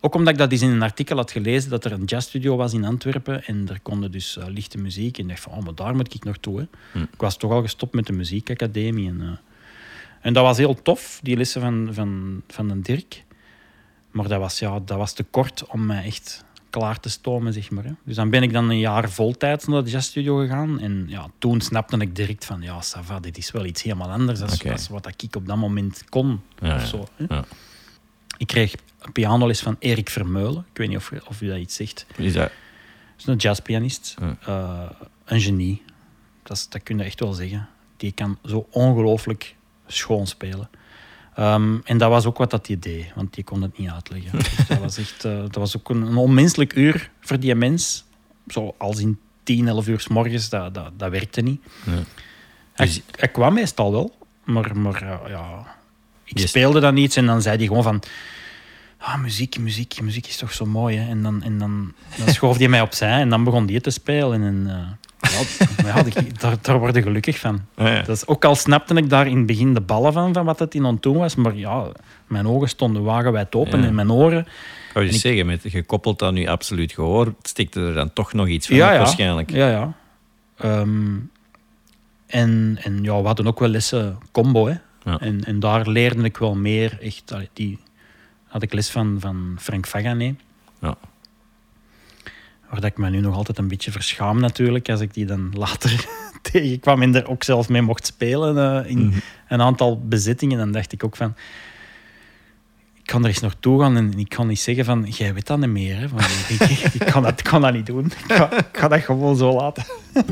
Ook omdat ik dat eens in een artikel had gelezen dat er een jazzstudio was in Antwerpen en er konden dus uh, lichte muziek. En ik dacht van, oh, maar daar moet ik naartoe. Hè. Hm. Ik was toch al gestopt met de muziekacademie. En, uh, en dat was heel tof, die lessen van, van, van de Dirk. Maar dat was, ja, dat was te kort om mij echt klaar te stomen, zeg maar. Hè. Dus dan ben ik dan een jaar voltijds naar de jazzstudio gegaan. En ja, toen snapte ik direct van, ja, ça va, dit is wel iets helemaal anders dan okay. wat ik op dat moment kon. Ja, of zo, hè. Ja. Ik kreeg een pianoles van Erik Vermeulen. Ik weet niet of, of u dat iets zegt. Wie is dat? Dat is een jazzpianist. Ja. Uh, een genie. Dat, is, dat kun je echt wel zeggen. Die kan zo ongelooflijk schoon spelen. Um, en dat was ook wat dat hij deed, want die kon het niet uitleggen. Dus dat was echt, uh, dat was ook een, een onmenselijk uur voor die mens. Zo als in tien, elf uur 's morgens, dat, dat, dat werkte niet. Ja. Dus... Hij, hij kwam meestal wel, maar, maar uh, ja, ik yes. speelde dan iets en dan zei hij gewoon van... Ah, muziek, muziek, muziek is toch zo mooi, hè? En dan, en dan, dan schoof hij mij opzij en dan begon die te spelen. En uh, ja, ja, die, daar, daar word je gelukkig van. Oh, ja. Dat is, ook al snapte ik daar in het begin de ballen van, van wat het in aan het doen was, maar ja, mijn ogen stonden wagenwijd open ja. en mijn oren. Kan je ik... zeggen, met, gekoppeld aan je absoluut gehoor, stikte er dan toch nog iets van ja, op, ja. waarschijnlijk. Ja, ja. Um, en, en ja, we hadden ook wel lessen combo, hè. Ja. En, en daar leerde ik wel meer, echt, die... had ik les van, van Frank Fagané. Ja. Waar dat ik me nu nog altijd een beetje verschaam natuurlijk, als ik die dan later tegenkwam en er ook zelf mee mocht spelen uh, in mm-hmm. een aantal bezittingen. Dan dacht ik ook van... Ik kan er eens naartoe gaan en ik kan niet zeggen van... Jij weet dat niet meer, hè. Want ik, ik, ik, kan dat, ik kan dat niet doen. Ik ga, ik ga dat gewoon zo laten.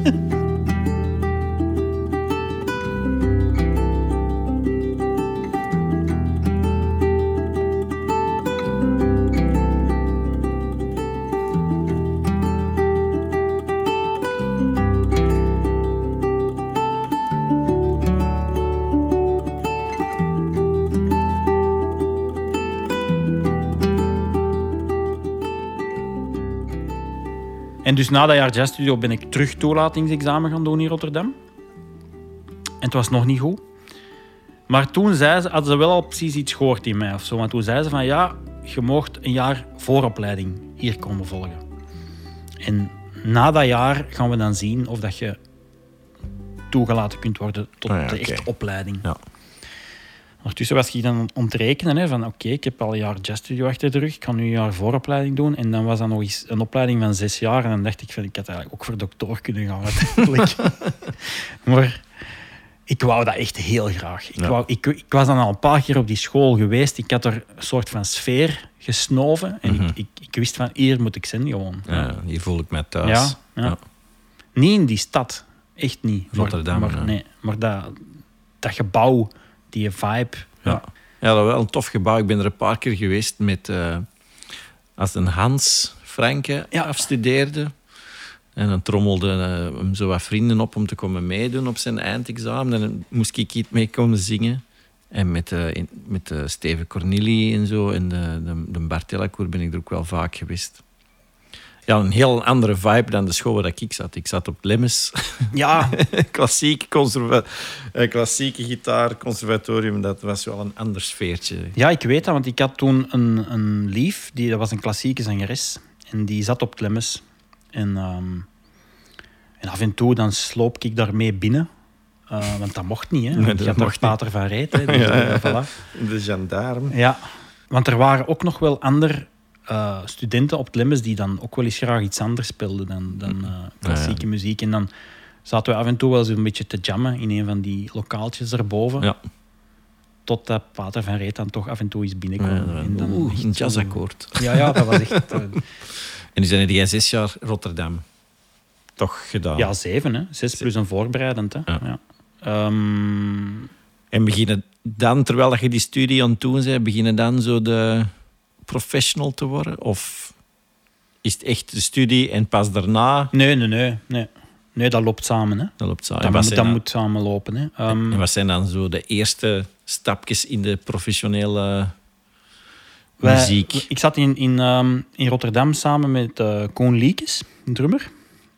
En dus na dat jaar jazzstudio ben ik terug toelatingsexamen gaan doen in Rotterdam. En het was nog niet goed. Maar toen zei ze, hadden ze wel al precies iets gehoord in mij of zo. Want toen zei ze van ja, je mocht een jaar vooropleiding hier komen volgen. En na dat jaar gaan we dan zien of dat je toegelaten kunt worden tot oh ja, de okay. echte opleiding. Ja. Ondertussen was ik dan om te rekenen hè, van oké, okay, ik heb al een jaar jazzstudio achter de rug, ik kan nu een jaar vooropleiding doen. En dan was dat nog eens een opleiding van zes jaar. En dan dacht ik van, ik had eigenlijk ook voor dokter kunnen gaan uiteindelijk. Maar ik wou dat echt heel graag. Ik, ja. wou, ik, ik was dan al een paar keer op die school geweest. Ik had er een soort van sfeer gesnoven. En mm-hmm. ik, ik, ik wist van, hier moet ik zijn gewoon. Ja, hier voel ik mij thuis. Ja, ja. Ja. Niet in die stad. Echt niet. Rotterdam. Maar, maar, nee, maar dat, dat gebouw... Die vibe. Ja. Ja. Ja, dat was wel een tof gebouw. Ik ben er een paar keer geweest met... Uh, als een Hans Franke ja. afstudeerde. En dan trommelde uh, hem zo wat vrienden op om te komen meedoen op zijn eindexamen. En dan moest ik iets mee komen zingen. En met, uh, in, met uh, Steven Corneli en zo. En de, de, de Bart Delacour ben ik er ook wel vaak geweest. Ja, een heel andere vibe dan de school waar ik zat. Ik zat op Lemmes. Ja. Klassiek conserva- klassieke gitaar, conservatorium. Dat was wel een ander sfeertje. Ja, ik weet dat, want ik had toen een, een lief. Die, dat was een klassieke zangeres. En die zat op Lemmes. En, um, en af en toe dan sloop ik daarmee binnen. Uh, want dat mocht niet, hè. Want nee, dat je had nog Pater van Reet. Hè, dus, ja, ja. Voilà. De gendarme. Ja, want er waren ook nog wel andere... Uh, studenten op het Lemmes die dan ook wel eens graag iets anders speelden dan, dan uh, klassieke ja, ja. muziek. En dan zaten we af en toe wel zo een beetje te jammen in een van die lokaaltjes erboven. Ja. Totdat Pater van Reet dan toch af en toe eens binnenkwam. Ja, ja. En dan Oeh, een jazzakkoord. Ja, ja, dat was echt... Uh... En nu zijn die zes jaar Rotterdam toch gedaan? Ja, zeven. Hè. Zes plus een voorbereidend. Hè. Ja. Ja. Um... En beginnen dan, terwijl je die studie aan het doen bent, beginnen dan zo de... professional te worden? Of is het echt de studie en pas daarna... Nee, nee, nee. Nee, nee dat loopt samen. Hè. Dat loopt samen. Dat, moet, dat dan... moet samen lopen. Hè. Um... En wat zijn dan zo de eerste stapjes in de professionele Wij, muziek? Ik zat in, in, um, in Rotterdam samen met uh, Koen Liekes, een drummer.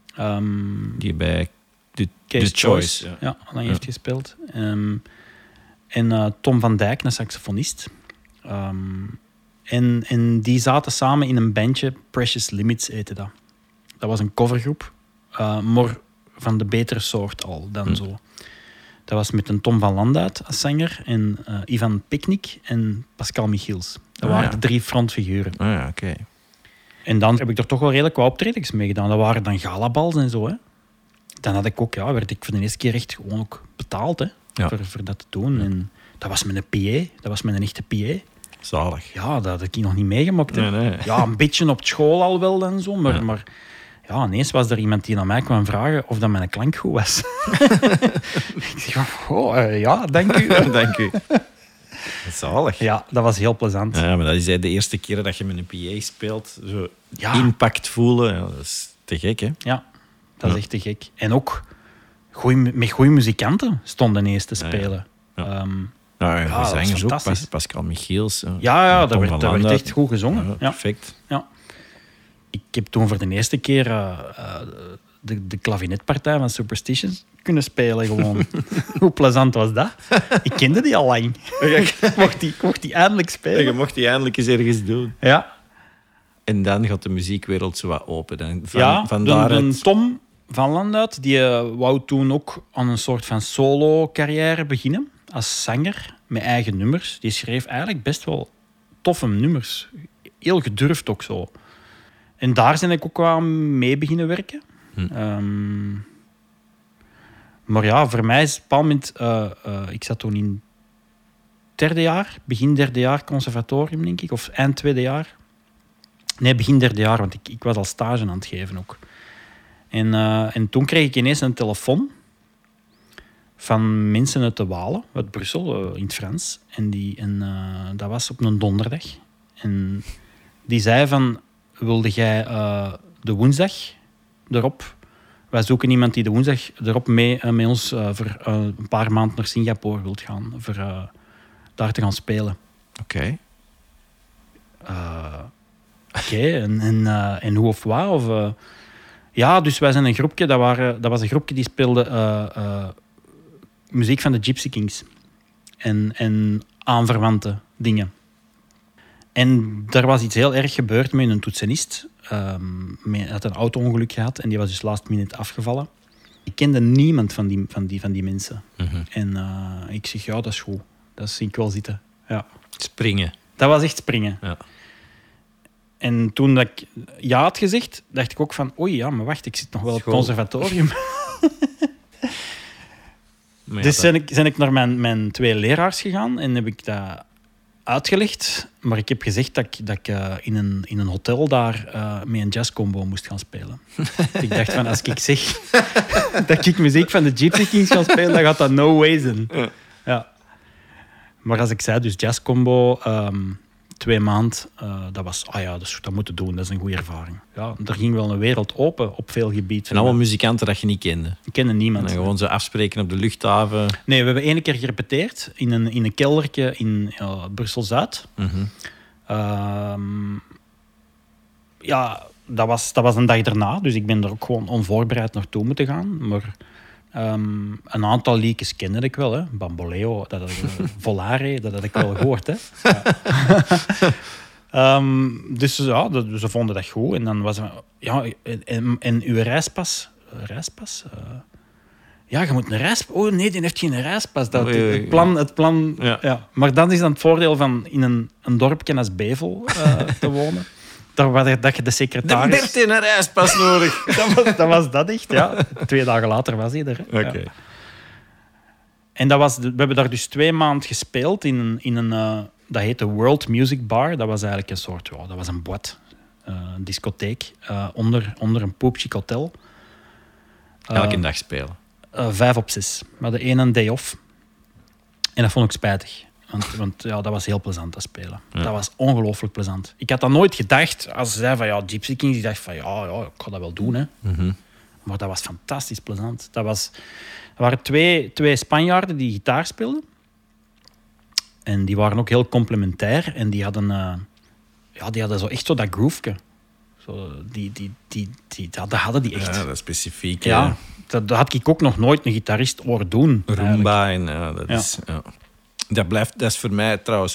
Um, Die bij The, The Choice, Choice ja. Ja, lang heeft ja. gespeeld. Um, en uh, Tom van Dijk, een saxofonist. Um, En, en die zaten samen in een bandje, Precious Limits heette dat. Dat was een covergroep, uh, maar van de betere soort al dan hm. zo. Dat was met een Tom van Landuit als zanger en uh, Ivan Picnic en Pascal Michiels. Dat ah, waren ja. de drie frontfiguren. Ah, ja, okay. En dan heb ik er toch wel redelijk wat optredens mee gedaan. Dat waren dan galabals en zo. Hè. Dan had ik ook, ja, werd ik voor de eerste keer echt gewoon ook betaald hè, ja. voor, voor dat te doen. Ja. En dat was met een P A, dat was met een echte P A. Zalig. Ja, dat had ik nog niet meegemaakt. Hè. Nee, nee. Ja, een beetje op school al wel en zo, maar... Ja. maar ja, ineens was er iemand die naar mij kwam vragen of dat mijn klank goed was. Ik zeg, oh, uh, ja, dank u. Dank u. Zalig. Ja, dat was heel plezant. Ja, maar dat is de eerste keer dat je met een P A speelt. Zo ja. impact voelen. Ja, dat is te gek, hè? Ja, dat is ja. echt te gek. En ook goeie, met goede muzikanten stonden ineens te spelen. Ja, ja. Um, ja, ja, ja, zangers ook. Pas, Pascal Michiels. Ja, ja dat, werd, dat werd echt goed gezongen. Ja, perfect. Ja. Ik heb toen voor de eerste keer uh, uh, de, de klavinetpartij van Superstitions kunnen spelen. Gewoon. Hoe plezant was dat? Ik kende die al lang. Ik mocht die, ik mocht die eindelijk spelen. Je mocht die eindelijk eens ergens doen. Ja. En dan gaat de muziekwereld zo wat open. Dan van, ja, van de, daaruit... de Tom van Landuit die uh, wou toen ook aan een soort van solo-carrière beginnen. Als zanger, met eigen nummers. Die schreef eigenlijk best wel toffe nummers. Heel gedurfd ook zo. En daar ben ik ook wel mee beginnen werken. Hm. Um, maar ja, voor mij is op een bepaald moment... Uh, uh, ik zat toen in het derde jaar, begin derde jaar conservatorium, denk ik. Of eind tweede jaar. Nee, begin derde jaar, want ik, ik was al stage aan het geven ook. En, uh, en toen kreeg ik ineens een telefoon van mensen uit de Walen, uit Brussel, uh, in het Frans. En, die, en uh, dat was op een donderdag. En die zei van... Wilde jij uh, de woensdag erop... Wij zoeken iemand die de woensdag erop mee uh, met ons uh, voor uh, een paar maanden naar Singapore wilt gaan. Voor uh, daar te gaan spelen. Oké. Okay. Uh, Oké, okay. en, en, uh, en hoe of wat? Of, uh, ja, dus wij zijn een groepje. Dat, waren, dat was een groepje die speelde uh, uh, muziek van de Gypsy Kings. En, en aanverwante dingen. En er was iets heel erg gebeurd met een toetsenist. Um, hij had een auto-ongeluk gehad en die was dus last minute afgevallen. Ik kende niemand van die, van die, van die mensen. Mm-hmm. En uh, ik zeg, ja, dat is goed. Dat zie ik wel zitten. Ja. Springen. Dat was echt springen. Ja. En toen dat ik ja had gezegd, dacht ik ook van, oei, ja, maar wacht, ik zit nog wel op het conservatorium. Ja, dus ben ik, ben ik naar mijn, mijn twee leraars gegaan en heb ik dat uitgelegd. Maar ik heb gezegd dat ik, dat ik uh, in, een, in een hotel daar uh, met een jazzcombo moest gaan spelen. Ik dacht van, als ik zeg dat ik muziek van de Gypsy Kings ga spelen, dan gaat dat no way zijn. Ja. Ja. Maar als ik zei, dus jazzcombo, um, twee maanden, uh, dat was, ah ja, dus dat moeten doen, dat is een goede ervaring. Ja, er ging wel een wereld open op veel gebieden. En allemaal muzikanten dat je niet kende? Ik kende niemand. En gewoon zo afspreken op de luchthaven? Nee, we hebben één keer gerepeteerd in een, in een keldertje in uh, Brussel-Zuid. Mm-hmm. Um, ja, dat was, dat was een dag daarna, dus ik ben er ook gewoon onvoorbereid naartoe moeten gaan. Maar um, een aantal liedjes kende ik wel. Hè. Bamboleo, dat had ik, uh, Volare, dat had ik wel gehoord. Hè. Ja. um, dus ja, dat, ze vonden dat goed. En dan was het, ja, en, en uw reispas... Reispas? Uh, ja, je moet een reispas... Oh nee, die heeft geen reispas. Dat, oei, oei, het plan... Het plan ja. Ja. Maar dan is dan het voordeel van in een, een dorpje als Bevel uh, te wonen. Daar was dat je de secretaris... De Bert in een reispas nodig. dat, was, dat was dat echt, ja. Twee dagen later was hij er. Oké. Okay. Ja. En dat was, we hebben daar dus twee maanden gespeeld in een... In een uh, dat heette World Music Bar. Dat was eigenlijk een soort... Oh, dat was een boîte. Uh, een discotheek. Uh, onder, onder een poepchic hotel. Uh, Elke dag spelen? Uh, vijf op zes. We hadden één een day off. En dat vond ik spijtig. Want, want ja, dat was heel plezant te spelen. Ja. Dat was ongelooflijk plezant. Ik had dat nooit gedacht. Als ze zeiden van ja, Gypsy Kings, ik dacht van ja, ja, ik ga dat wel doen. Hè. Mm-hmm. Maar dat was fantastisch plezant. Dat was, er waren twee, twee Spanjaarden die gitaar speelden. En die waren ook heel complementair. En die hadden, uh, ja, die hadden zo echt zo dat grooveke. Zo, die, die, die, die, dat hadden die echt. Ja, dat is specifiek. Ja, ja. Dat, dat had ik ook nog nooit een gitarist horen doen. Rumba en ja, dat ja. is... Ja. Dat, blijft, dat is voor mij trouwens ook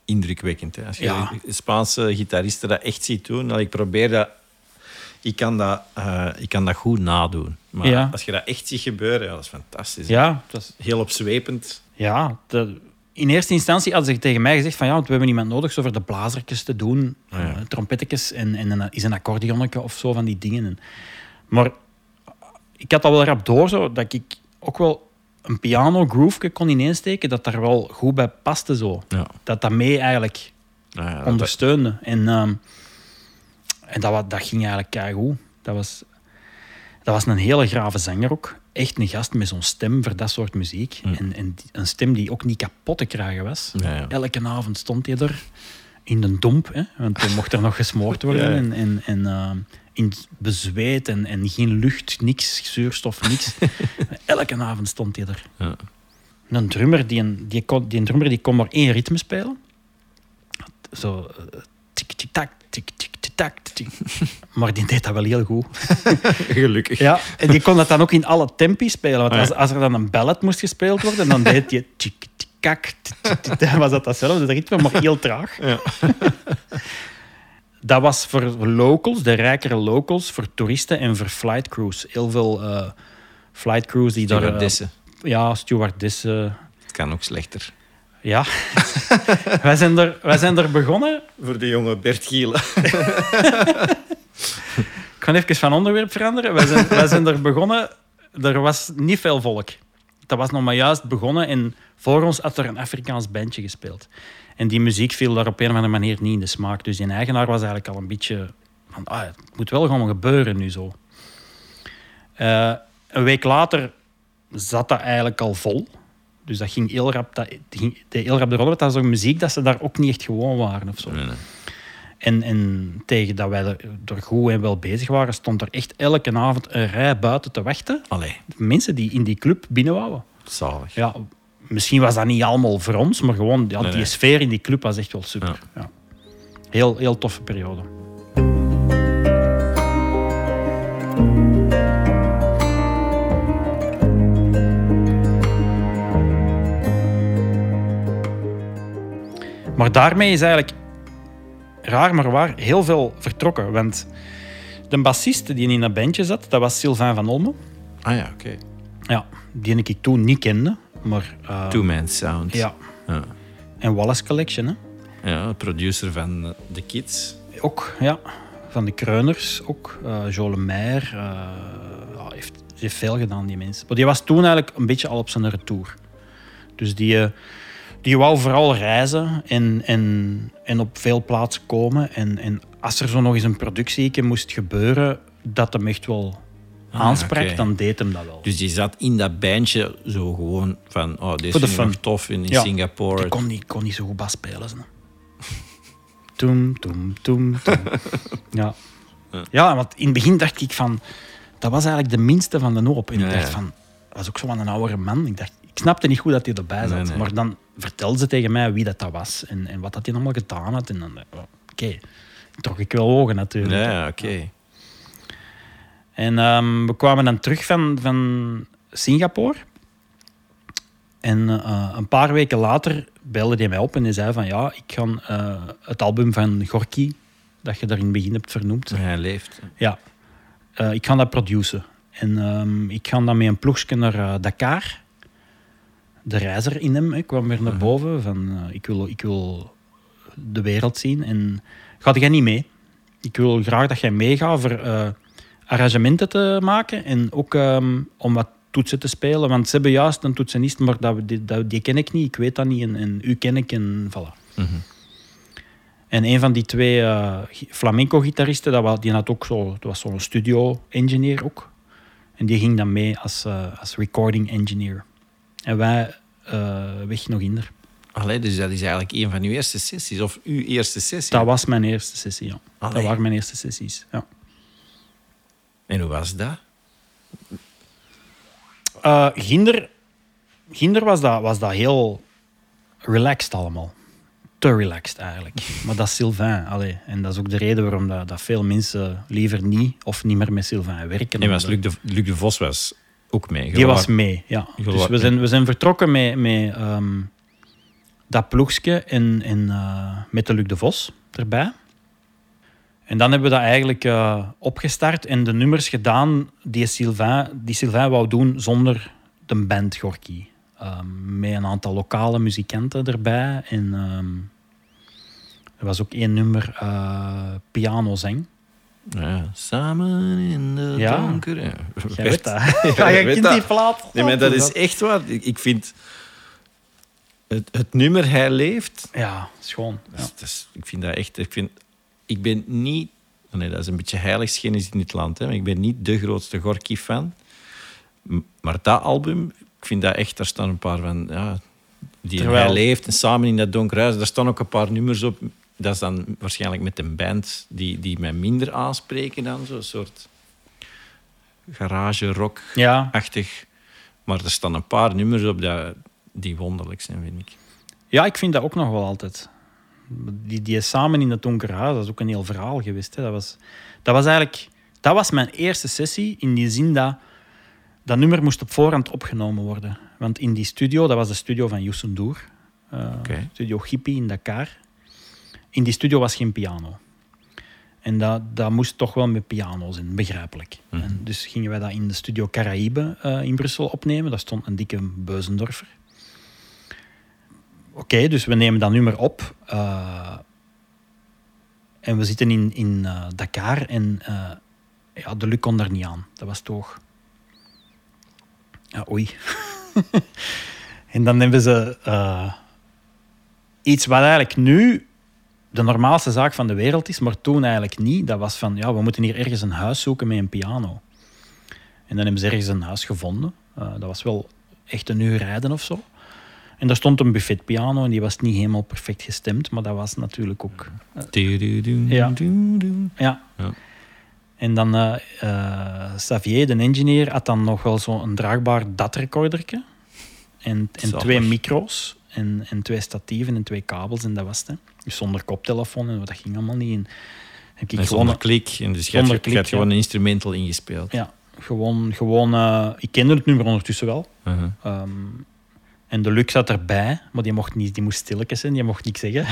indrukwekkend. Hè? Als je Ja. Spaanse gitaristen dat echt ziet doen, nou, ik probeer dat... Ik kan dat, uh, ik kan dat goed nadoen. Maar Ja. als je dat echt ziet gebeuren, ja, dat is fantastisch. hè. Ja, dat is, Heel opzwepend. ja de, in eerste instantie hadden ze tegen mij gezegd van ja, want we hebben iemand nodig zo voor de blazertjes te doen, Ah, ja. uh, trompettetjes en, en een, is een accordeonnetje of zo van die dingen. En, maar ik had al wel rap door zo, dat ik ook wel een piano groove kon ineensteken, dat daar wel goed bij paste zo. Ja. Dat dat mee eigenlijk Nou ja, dat- ondersteunde. En, um, en dat, wa- dat ging eigenlijk keigoed. Dat was, dat was een hele grave zanger ook. Echt een gast met zo'n stem voor dat soort muziek. Mm. En, en die- een stem die ook niet kapot te krijgen was. Ja, ja. Elke avond stond hij er in de domp, hè, want toen mocht er nog gesmoord worden. Ja, ja. En, en, en uh, in bezweet en, en geen lucht, niks, zuurstof, niks. Elke avond stond hij er. Ja. Een drummer die, een, die, kon, die een drummer die kon maar één ritme spelen. Zo, uh, tik, tik, tak, tik, tik, tik, tak, tik. Maar die deed dat wel heel goed. Gelukkig. Ja, en die kon dat dan ook in alle tempi spelen. Want Ah, ja. als, als er dan een ballad moest gespeeld worden, dan deed je tik, tik, kak, tik, tik, tik. Dan was dat datzelfde ritme, maar heel traag. Ja. Dat was voor locals, de rijkere locals, voor toeristen en voor flight crews. Heel veel uh, flight crews die daar... uh, Stewardessen. ja, stewardessen. Het kan ook slechter. Ja. wij, zijn er, wij zijn er begonnen. Voor de jonge Bert Gielen. Ik ga even van onderwerp veranderen. Wij zijn, wij zijn er begonnen. Er was niet veel volk. Dat was nog maar juist begonnen. En voor ons had er een Afrikaans bandje gespeeld. En die muziek viel daar op een of andere manier niet in de smaak. Dus die eigenaar was eigenlijk al een beetje van... Ah, het moet wel gewoon gebeuren nu zo. Uh, een week later zat dat eigenlijk al vol. Dus dat ging heel rap, dat ging de heel rap de rol. Dat was ook muziek dat ze daar ook niet echt gewoon waren of zo. Nee, nee. En, en tegen dat wij er, er goed en wel bezig waren, stond er echt elke avond een rij buiten te wachten. Allee, Mensen die in die club binnenwouden. zalig. Ja, misschien was dat niet allemaal voor ons, maar gewoon ja, Nee, die nee. sfeer in die club was echt wel super. Ja. Heel, heel toffe periode. Maar daarmee is eigenlijk, raar maar waar, heel veel vertrokken. Want de bassist die in dat bandje zat, dat was Sylvain van Olmen. Ah ja, oké. Ja, die ik toen niet kende. Maar, uh, Two-man sound. ja, Ja. en Wallace Collection, hè. Ja, producer van uh, The Kids. Ook, ja. Van de Kreuners ook. Uh, Jo Lemaire. Uh, ja, heeft, heeft veel gedaan, die mensen. Maar die was toen eigenlijk een beetje al op zijn retour. Dus die, uh, die wou vooral reizen en, en, en op veel plaatsen komen. En, en als er zo nog eens een productie moest gebeuren, dat hem echt wel Ah, aansprak, oké. dan deed hem dat wel. Dus die zat in dat bandje zo gewoon van... Oh, deze Voor de vind ik nog fun. tof in, in Ja. Singapore. Die kon niet, kon niet zo goed bas spelen. Zo. Toem, toem, toem, toem. Ja. Ja, want in het begin dacht ik van... Dat was eigenlijk de minste van de hoop. En Ja, ik dacht ja. van... Dat was ook zo van een oudere man. Ik, dacht, ik snapte niet goed dat hij erbij zat. Nee, nee. Maar dan vertelde ze tegen mij wie dat, dat was. En, en wat dat hij allemaal gedaan had. En dan... Oké. Okay. Trok ik wel ogen natuurlijk. Ja, oké. En um, we kwamen dan terug van, van Singapore. En uh, een paar weken later belde hij mij op en hij zei van ja, ik ga uh, het album van Gorky, dat je daar in het begin hebt vernoemd, Hij leeft. ja, uh, ik ga dat produceren. En um, ik ga dan met een ploegje naar uh, Dakar. De reizer in hem, ik kwam weer naar boven van uh, ik, wil, ik wil de wereld zien. En ga jij niet mee? Ik wil graag dat jij meegaat voor uh, arrangementen te maken en ook um, om wat toetsen te spelen. Want ze hebben juist een toetsenist, maar dat, die, dat, die ken ik niet, ik weet dat niet. En, en u ken ik en voilà. Mm-hmm. En een van die twee uh, flamenco-gitaristen, dat was, die had ook zo, dat was zo'n studio-engineer ook. En die ging dan mee als, uh, als recording engineer. En wij uh, weg nog in er. Allee, dus dat is eigenlijk een van uw eerste sessies, of uw eerste sessie. Dat was mijn eerste sessie, ja. Allee. Dat waren mijn eerste sessies, ja. En hoe was dat? Uh, Ginder, Ginder was, dat, was dat heel relaxed allemaal. Te relaxed eigenlijk. Maar dat is Sylvain. Allee. En dat is ook de reden waarom dat, dat veel mensen liever niet of niet meer met Sylvain werken. En was Omdat- Luc, de, Luc de Vos was ook mee. Die was mee, ja. Je Dus wa- we zijn, we zijn vertrokken met, met um, dat ploegje en, en, uh, met de Luc de Vos erbij. En dan hebben we dat eigenlijk uh, opgestart en de nummers gedaan die Sylvain, die Sylvain wou doen zonder de band Gorky. Um, met een aantal lokale muzikanten erbij. En um, er was ook één nummer, uh, piano-zeng. Ja, samen in de ja. donker. Ja, jij weet dat. Ja, je kent die plaat. Nee, maar dat is echt waar. Ik vind... Het, het nummer Hij leeft... Ja, schoon. Ja. Dat is, dat is, ik vind dat echt... Ik, vind, ik ben niet... Nee, dat is een beetje heiligschennis in het land. Hè, maar ik ben niet de grootste Gorky-fan. Maar dat album, ik vind dat echt... Daar staan een paar van... Ja, die Terwijl... Hij leeft en Samen in dat donker huis. Daar staan ook een paar nummers op... Dat is dan waarschijnlijk met een band die, die mij minder aanspreken dan. Zo'n soort garage-rock-achtig. Ja. Maar er staan een paar nummers op dat, die wonderlijk zijn, vind ik. Ja, ik vind dat ook nog wel altijd. Die, die Samen in het donker huis, dat is ook een heel verhaal geweest. Hè. Dat, was, dat was eigenlijk... Dat was mijn eerste sessie, in die zin dat dat nummer moest op voorhand opgenomen worden. Want in die studio, dat was de studio van Youssou N'Dour. Uh, okay. Studio Hippie in Dakar. In die studio was geen piano. En dat, dat moest toch wel met piano zijn, begrijpelijk. Mm. En dus gingen wij dat in de studio Caraïbe uh, in Brussel opnemen. Daar stond een dikke Beuzendorfer. Oké, okay, dus we nemen dat nummer op. Uh, en we zitten in, in uh, Dakar. En uh, ja, de Luc kon daar niet aan. Dat was toch... Ja, oei. En dan hebben ze uh, iets wat eigenlijk nu de normaalste zaak van de wereld is, maar toen eigenlijk niet. Dat was van, ja, we moeten hier ergens een huis zoeken met een piano. En dan hebben ze ergens een huis gevonden. Uh, dat was wel echt een uur rijden of zo. En daar stond een buffetpiano en die was niet helemaal perfect gestemd, maar dat was natuurlijk ook... Uh, ja. ja. ja. En dan uh, uh, Xavier, de engineer, had dan nog wel zo'n draagbaar D A T-recordertje. En, en twee micro's. En, en twee statieven en twee kabels en dat was het. Hè. Dus zonder koptelefoon en dat ging allemaal niet. En heb ik en gewoon zonder klik. En dus je hebt, klik, je hebt gewoon ja. een instrumental ingespeeld. Ja, gewoon... gewoon uh, ik kende het nummer ondertussen wel. Uh-huh. Um, en de Luc zat erbij, maar die, mocht niet, die moest stilletjes zijn, die mocht niks zeggen.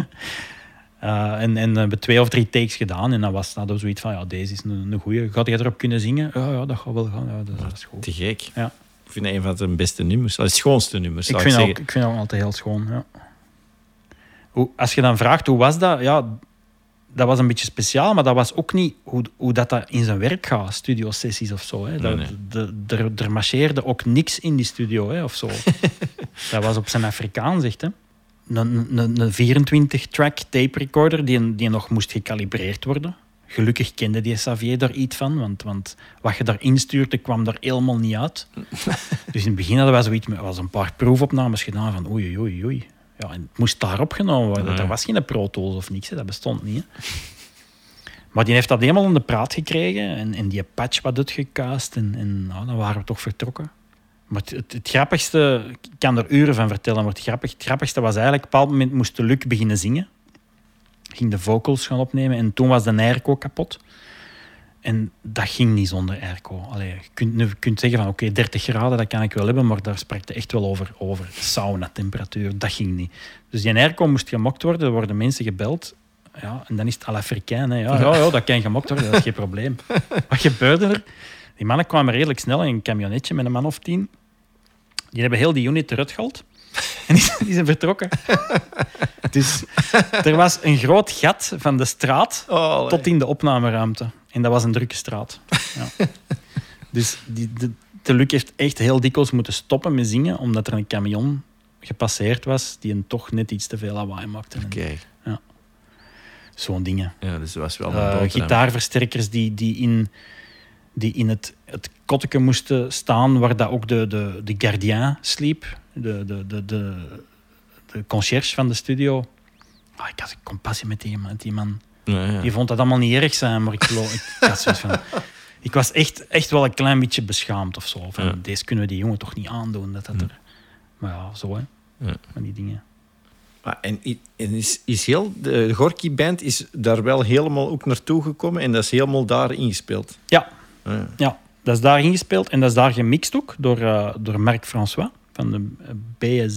uh, en, en we hebben twee of drie takes gedaan en dan was dat zoiets van, ja, deze is een, een goeie. Gaat jij erop kunnen zingen? Ja, ja, dat gaat wel gaan. Ja, dat, dat is goed. Te gek. Ja. Ik vind dat een van de beste nummers. Dat is het schoonste nummers, ik zou vind ik zeggen. Ook, ik vind dat ook altijd heel schoon, ja. Hoe, als je dan vraagt, hoe was dat? Ja, dat was een beetje speciaal, maar dat was ook niet hoe, hoe dat, dat in zijn werk gaat, studiosessies of zo. Hè. Dat, nee, nee. De, de, er, er marcheerde ook niks in die studio, hè, of zo. Dat was op zijn Afrikaans, echt, hè. Een, een, een vierentwintig-track tape recorder die, die nog moest gecalibreerd worden. Gelukkig kende die Xavier daar iets van, want, want wat je daarin stuurde, kwam daar helemaal niet uit. Dus in het begin hadden we zoiets met was een paar proefopnames gedaan van oei, oei, oei. Ja, en het moest daar opgenomen worden. Nee. Er was geen Pro Tools of niks, hè. Dat bestond niet. Hè. Maar die heeft dat helemaal in de praat gekregen en, en die patch wat uitgekuist en, en nou, dan waren we toch vertrokken. Maar het, het, het grappigste, ik kan er uren van vertellen, maar het, grappig, het grappigste was eigenlijk, op een bepaald moment moest de Luc beginnen zingen. Ging de vocals gaan opnemen en toen was de airco kapot. En dat ging niet zonder airco. Allee, je kunt, je kunt zeggen van oké, okay, dertig graden, dat kan ik wel hebben, maar daar sprak je echt wel over, over sauna-temperatuur. Dat ging niet. Dus die airco moest gemokt worden, er worden mensen gebeld. Ja, en dan is het à l'Africain. Ja, ja, ja, dat kan gemokt worden, dat is geen probleem. Wat gebeurde er? Die mannen kwamen redelijk snel in een camionetje met een man of tien. Die hebben heel die unit eruit gehaald. En die zijn vertrokken. Dus er was een groot gat van de straat oh, tot in de opnameruimte. En dat was een drukke straat. Ja. Dus die, de, de Luc heeft echt heel dikwijls moeten stoppen met zingen, omdat er een camion gepasseerd was die hem toch net iets te veel lawaai maakte. Okay. Ja. Zo'n dingen. Ja, dus was wel uh, gitaarversterkers die, die in, die in het, het kotteke moesten staan waar dat ook de, de, de gardien sliep. De, de, de, de, de conciërge van de studio. Oh, ik had compassie met die, met die man. Ja, ja. Die vond dat allemaal niet erg zijn, maar ik geloof... Ik, ik, had van, ik was echt, echt wel een klein beetje beschaamd of zo. Van, ja. Deze kunnen we die jongen toch niet aandoen. Dat dat er... Maar ja, zo hè. Ja. Van die dingen. Maar en en is, is heel, de Gorky Band is daar wel helemaal ook naartoe gekomen en dat is helemaal daar ingespeeld? Ja. Ja. Ja, dat is daar ingespeeld en dat is daar gemixt ook door, uh, door Marc François van de B S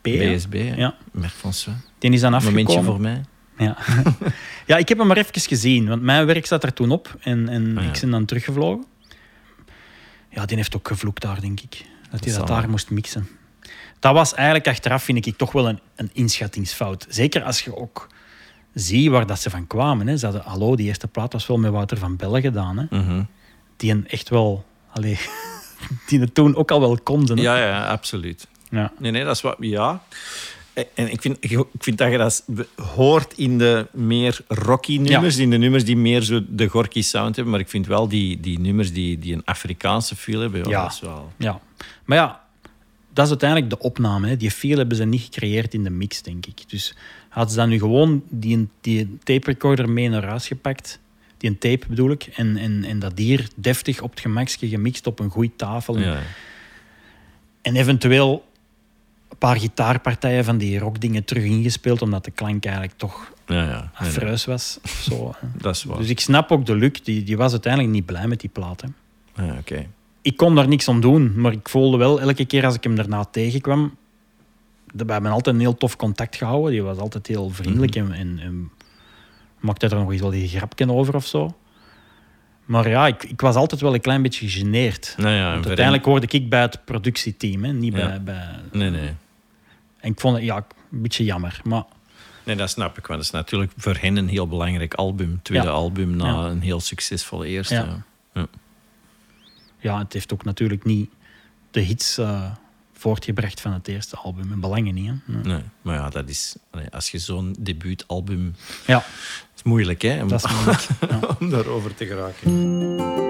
B. B S B, ja. ja. Mère François. Die is dan afgekomen. Momentje voor mij. Ja. ja, ik heb hem maar even gezien, want mijn werk zat er toen op en, en ah, ja. ik ben dan teruggevlogen. Ja, die heeft ook gevloekt daar, denk ik. Dat hij dat, dat daar moest mixen. Dat was eigenlijk achteraf, vind ik, toch wel een, een inschattingsfout. Zeker als je ook ziet waar dat ze van kwamen. Hè. Ze hadden, hallo, die eerste plaat was wel met Wouter van Belle gedaan. Hè. Mm-hmm. Die een echt wel... Allee, die het toen ook al wel konden. Hè. Ja, ja, absoluut. Ja. Nee, nee, dat is wat... Ja... En ik vind, ik vind dat je dat hoort in de meer rocky nummers, ja. in de nummers die meer zo de Gorky sound hebben. Maar ik vind wel die, die nummers die, die een Afrikaanse feel hebben, ja, dat is wel... Ja, maar ja, dat is uiteindelijk de opname. Hè. Die feel hebben ze niet gecreëerd in de mix, denk ik. Dus hadden ze dan nu gewoon die, die tape recorder mee naar huis gepakt, die een tape bedoel ik, en, en, en dat hier deftig op het gemakje gemixt op een goede tafel. Ja. En eventueel een paar gitaarpartijen van die rockdingen terug ingespeeld, omdat de klank eigenlijk toch ja, ja. afreus was. Zo. Dat is waar. Dus ik snap ook de Luc, die, die was uiteindelijk niet blij met die plaat. Hè. Ah, okay. Ik kon daar niks aan doen, maar ik voelde wel elke keer als ik hem daarna tegenkwam, we hebben altijd een heel tof contact gehouden. Die was altijd heel vriendelijk mm-hmm. en, en, en maakte er nog eens wel die grapje over of zo. Maar ja, ik, ik was altijd wel een klein beetje gegeneerd. Nou ja, Want uiteindelijk hoorde ik bij het productieteam, hè, niet ja. bij, bij... Nee, nee. En ik vond het ja, een beetje jammer, maar... Nee, dat snap ik. Want dat is natuurlijk voor hen een heel belangrijk album. Tweede ja. album na ja. een heel succesvolle eerste. Ja. Ja. ja, het heeft ook natuurlijk niet de hits uh, voortgebracht van het eerste album. En belangen niet, hè? Nee. nee, maar ja, dat is... Als je zo'n debuutalbum... Ja. is moeilijk, hè? Om, dat is moeilijk, ja. om daarover te geraken.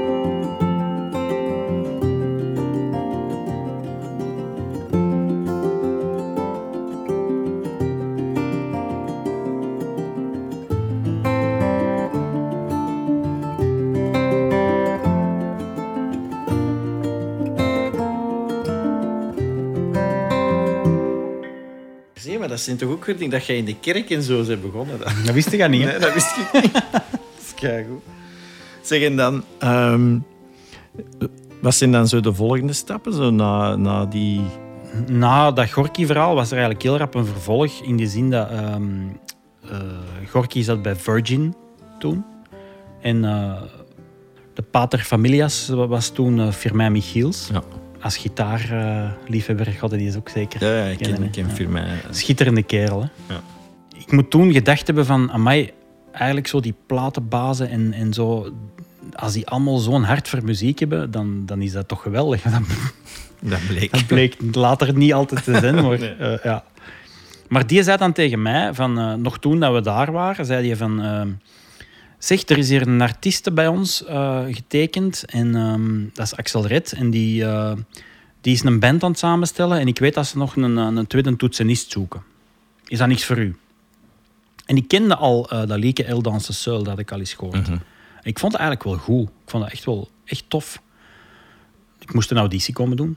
Dat zijn toch ook dingen dat jij in de kerk en zo bent begonnen? Dat, dat wist ik niet. Nee, dat wist ik niet. Dat is keigoed. Zeg, en dan... Um, wat zijn dan zo de volgende stappen? Zo na, na die... Na dat Gorky-verhaal was er eigenlijk heel rap een vervolg. In de zin dat... Um, uh, Gorky zat bij Virgin toen. En uh, de pater familias was toen uh, Firmin Michiels. Ja. Als gitaarliefhebber uh, hadden die is ook zeker. Ja, ja ik ken, ken ja. Firmin. Schitterende kerel. Hè? Ja. Ik moet toen gedacht hebben van... Amai, eigenlijk zo die platenbazen en, en zo... Als die allemaal zo'n hart voor muziek hebben, dan, dan is dat toch geweldig. Dat, dat bleek. Dat bleek later niet altijd te zijn. Maar, nee. uh, ja. maar die zei dan tegen mij, van, uh, nog toen dat we daar waren, zei hij van... Uh, zeg, er is hier een artieste bij ons uh, getekend. En um, dat is Axel Red. En die, uh, die is een band aan het samenstellen. En ik weet dat ze nog een, een tweede toetsenist zoeken. Is dat niks voor u? En ik kende al uh, dat liedje El Danse Seul, dat had ik al eens gehoord. Mm-hmm. Ik vond het eigenlijk wel goed. Ik vond het echt wel echt tof. Ik moest een auditie komen doen.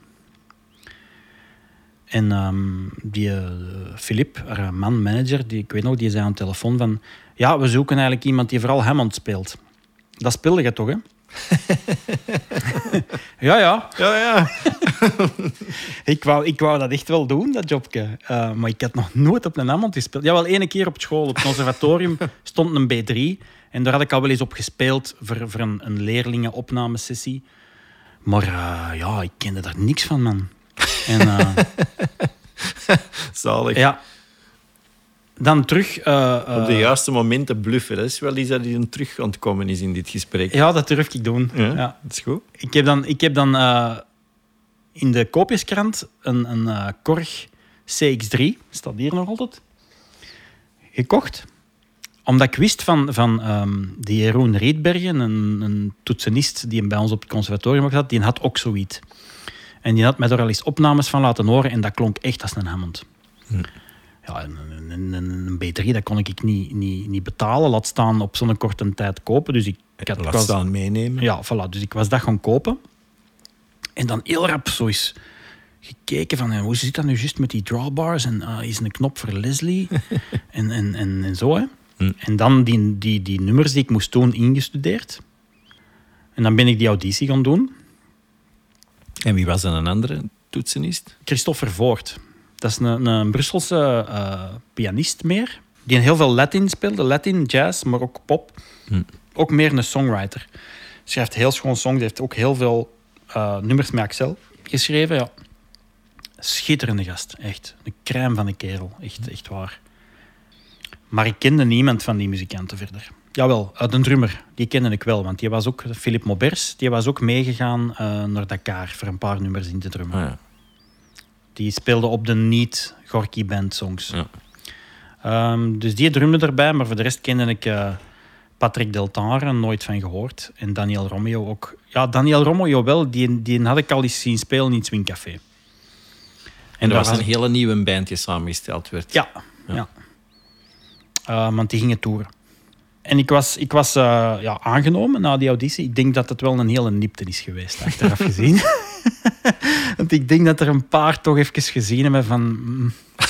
En um, die uh, Philip, haar man, manager, die, ik weet nog, die zei aan de telefoon van... Ja, we zoeken eigenlijk iemand die vooral Hammond speelt. Dat speelde je toch, hè? ja, ja. Ja, ja. ik, wou, ik wou dat echt wel doen, dat jobje. Uh, maar ik had nog nooit op een Hammond gespeeld. Ja, wel één keer op school, op het conservatorium, stond een B drie. En daar had ik al wel eens op gespeeld voor, voor een, een leerlingenopnamesessie. Maar uh, ja, ik kende daar niks van, man. En, uh, Zalig. Ja. Dan terug... Uh, uh, op de juiste momenten bluffen. Dat is wel iets dat hier terug aan het komen is in dit gesprek. Ja, dat durf ik doen. Ja, ja. Dat is goed. Ik heb dan, ik heb dan uh, in de koopjeskrant een, een uh, Korg C X drie, staat hier nog altijd, gekocht. Omdat ik wist van, van um, die Jeroen Rietbergen, een, een toetsenist die bij ons op het conservatorium had, die had ook zoiets. En die had mij er al eens opnames van laten horen en dat klonk echt als een Hammond. Hm. Ja, een, een, een, een B drie, dat kon ik niet, niet, niet betalen. Laat staan op zo'n korte tijd kopen. Dus ik, ik had, Laat ik was, staan meenemen. Ja, voilà. Dus ik was dat gaan kopen. En dan heel rap zo eens gekeken van... Hoe zit dat nu juist met die drawbars? En uh, is een knop voor Leslie? en, en, en, en zo, hè. Hm. En dan die, die, die nummers die ik moest doen ingestudeerd. En dan ben ik die auditie gaan doen. En wie was dan een andere toetsenist? Christopher Voort. Dat is een, een Brusselse uh, pianist meer. Die heel veel Latin speelde. Latin, jazz, maar ook pop. Hm. Ook meer een songwriter. Schrijft heel schoon songs. Heeft ook heel veel uh, nummers met Axel geschreven. Ja. Schitterende gast. Echt. De crème van de kerel. Echt, echt waar. Maar ik kende niemand van die muzikanten verder. Jawel, uit een drummer. Die kende ik wel. Want die was ook, Philippe Maubers, die was ook meegegaan uh, naar Dakar voor een paar nummers in te drummen. Oh ja. Die speelde op de niet Gorky Band songs. Ja. Um, dus die drumde erbij, maar voor de rest kende ik uh, Patrick Deltare, nooit van gehoord. En Daniel Romeo ook. Ja, Daniel Romeo wel, die, die had ik al eens zien spelen in het Swingcafé. En, en er was een hele nieuwe band die samengesteld werd. Ja, ja. ja. Uh, want die gingen toeren. En ik was, ik was uh, ja, aangenomen na die auditie. Ik denk dat het wel een hele nipte is geweest, achteraf gezien. Want ik denk dat er een paar toch even gezien hebben van... Mm.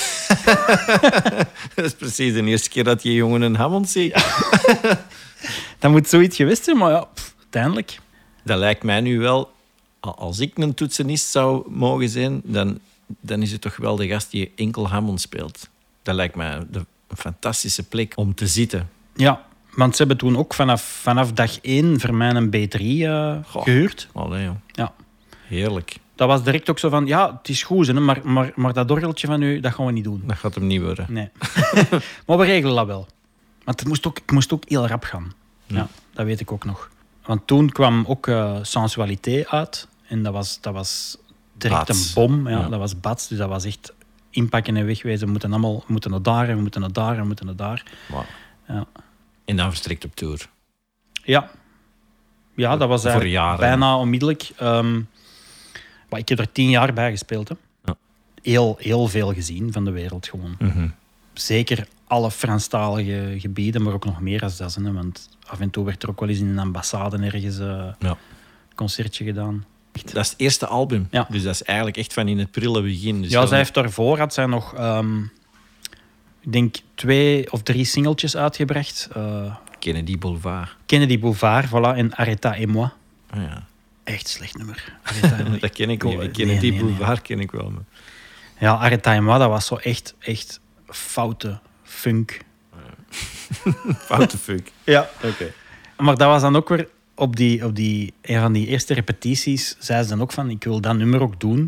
Dat is precies de eerste keer dat je jongen een Hammond ziet. Ja. Dat moet zoiets geweest zijn, maar ja, pff, uiteindelijk. Dat lijkt mij nu wel... Als ik een toetsenist zou mogen zijn, dan, dan is het toch wel de gast die enkel Hammond speelt. Dat lijkt mij de, een fantastische plek om te zitten. Ja, want ze hebben toen ook vanaf, vanaf dag één voor mij een B drie uh, gehuurd. Allee, joh. Ja. Heerlijk. Dat was direct ook zo van, ja, het is goed, hè, maar, maar, maar dat orgeltje van u, dat gaan we niet doen. Dat gaat hem niet worden. Nee. Maar we regelen dat wel. Want het moest ook, ik moest ook heel rap gaan. Ja. Ja, dat weet ik ook nog. Want toen kwam ook uh, Sensualité uit. En dat was, dat was direct Bats. Een bom. Ja, ja. Dat was Bats, dus dat was echt inpakken en wegwezen. We moeten allemaal we moeten naar daar en we moeten naar daar en we moeten naar daar. Wow. Ja. En dan verstrikt op tour. Ja. Ja, dat was voor jaren. Bijna onmiddellijk. Um, maar ik heb er tien jaar bij gespeeld. Hè. Ja. Heel, heel veel gezien van de wereld gewoon. Mm-hmm. Zeker alle Franstalige gebieden, maar ook nog meer als dat. Hè, want af en toe werd er ook wel eens in een ambassade ergens uh, ja. een concertje gedaan. Dat is het eerste album. Ja. Dus dat is eigenlijk echt van in het prille begin. Dus ja, dan... zij heeft daarvoor had zij nog... Um, ik denk twee of drie singeltjes uitgebracht. Uh, Kennedy Boulevard. Kennedy Boulevard, voilà. En Arrêta et moi. Oh, ja. Echt slecht nummer. Dat ken ik niet. Kennedy nee, nee, Boulevard nee. ken ik wel. Maar... Ja, Arrêta et moi, dat was zo echt, echt foute funk. Oh, ja. Foute funk. Ja, oké. Okay. Maar dat was dan ook weer... Op, die, op die, een van die eerste repetities zei ze dan ook van... Ik wil dat nummer ook doen.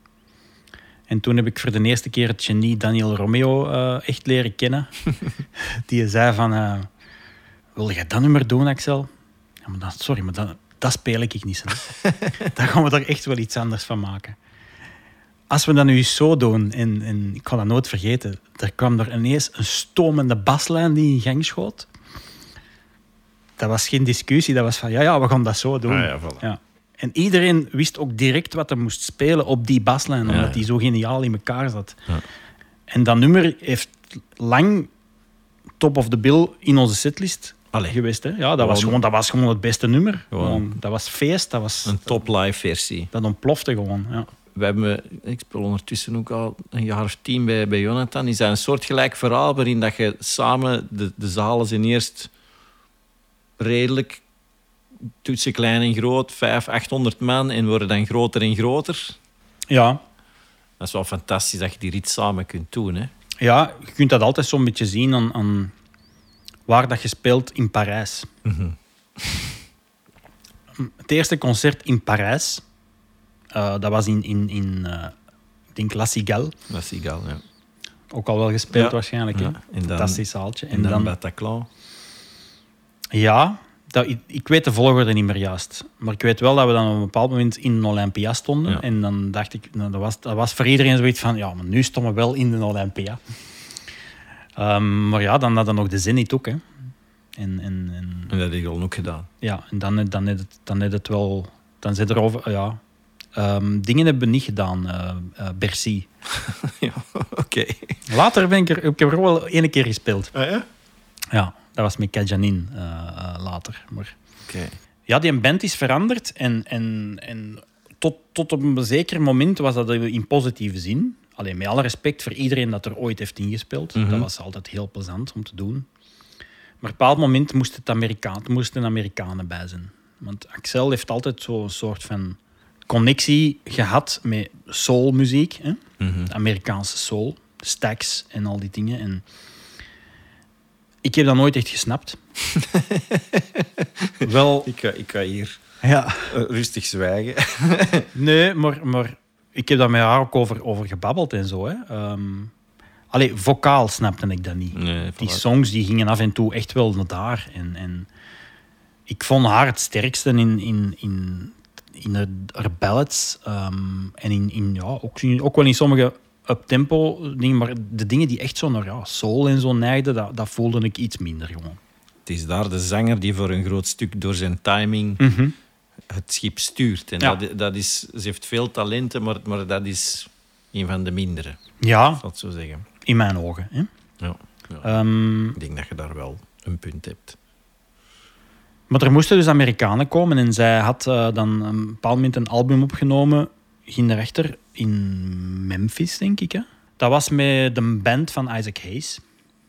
En toen heb ik voor de eerste keer het genie Daniel Romeo uh, echt leren kennen. Die zei van... Uh, wil jij dat nummer doen, Axel? Ja, maar dat, sorry, maar dat, dat speel ik niet. Dan gaan we er echt wel iets anders van maken. Als we dat nu eens zo doen, en, en ik kan dat nooit vergeten... Er kwam er ineens een stomende baslijn die in gang schoot. Dat was geen discussie, dat was van... Ja, ja, we gaan dat zo doen. Ah, ja, voilà. Ja. En iedereen wist ook direct wat er moest spelen op die baslijn, omdat ja, ja. die zo geniaal in elkaar zat. Ja. En dat nummer heeft lang top of the bill in onze setlist Allee. geweest. Hè? Ja, dat, was gewoon, dat was gewoon het beste nummer. Gewoon, dat was feest. Dat was, een top live versie. Dat ontplofte gewoon, ja. We hebben, ik speel ondertussen ook al een jaar of tien bij, bij Jonathan. Is dat een soortgelijk verhaal waarin dat je samen... De, de zalen zijn eerst redelijk... Toetsen klein en groot, vijf, achthonderd man en worden dan groter en groter. Ja. Dat is wel fantastisch dat je die rit samen kunt doen. Hè? Ja, je kunt dat altijd zo'n beetje zien aan, aan waar dat je speelt in Parijs. Mm-hmm. Het eerste concert in Parijs, uh, dat was in, in, in uh, ik denk La Cigale. La Cigale, ja. Ook al wel gespeeld ja. waarschijnlijk. Ja. Hè? Fantastisch zaaltje. En, en dan, dan Bataclan. Ja, dat, ik, ik weet de volgorde niet meer juist. Maar ik weet wel dat we dan op een bepaald moment in een Olympia stonden. Ja. En dan dacht ik, nou, dat, was, dat was voor iedereen zoiets van... Ja, maar nu stonden we wel in de Olympia. Um, maar ja, dan hadden we nog de Zenit ook. Hè. En, en, en, en dat heb je al ook gedaan. Ja, en dan, dan, heb het, dan heb het wel... Dan zit er over... Ja, um, dingen hebben we niet gedaan. Uh, uh, Bercy. Ja, oké. Okay. Later ben ik er, ik heb er wel één keer gespeeld. Ah, ja? Ja. Dat was met Kajanin uh, uh, later. Maar... Okay. Ja, die band is veranderd. En, en, en tot, tot op een zeker moment was dat in positieve zin. Alleen met alle respect voor iedereen dat er ooit heeft ingespeeld. Mm-hmm. Dat was altijd heel plezant om te doen. Maar op een bepaald moment moest het Amerikaan, moesten Amerikanen bij zijn. Want Axel heeft altijd zo'n soort van connectie gehad met soulmuziek. Hè? Mm-hmm. Amerikaanse soul, Stax en al die dingen. En ik heb dat nooit echt gesnapt. Wel, Ik ga, ik ga hier ja. rustig zwijgen. Nee, maar, maar ik heb daar met haar ook over, over gebabbeld en zo. Hè. Um, allee, vocaal snapte ik dat niet. Nee, die songs die gingen af en toe echt wel naar daar. En, en ik vond haar het sterkste in, in, in, in haar ballads. Um, en in, in, ja, ook, ook wel in sommige up-tempo dingen. Maar de dingen die echt zo naar ja, soul en zo neigden, dat, dat voelde ik iets minder gewoon. Het is daar de zanger die voor een groot stuk door zijn timing Mm-hmm. het schip stuurt. En Ja. dat, dat is, ze heeft veel talenten, maar, maar dat is een van de mindere, Ja, zal ik zo zeggen. in mijn ogen. Hè. Ja, ja. Um, Ik denk dat je daar wel een punt hebt. Maar er moesten dus Amerikanen komen en zij had uh, dan een bepaald moment een album opgenomen, ging daarachter in Memphis, denk ik. Hè? Dat was met de band van Isaac Hayes.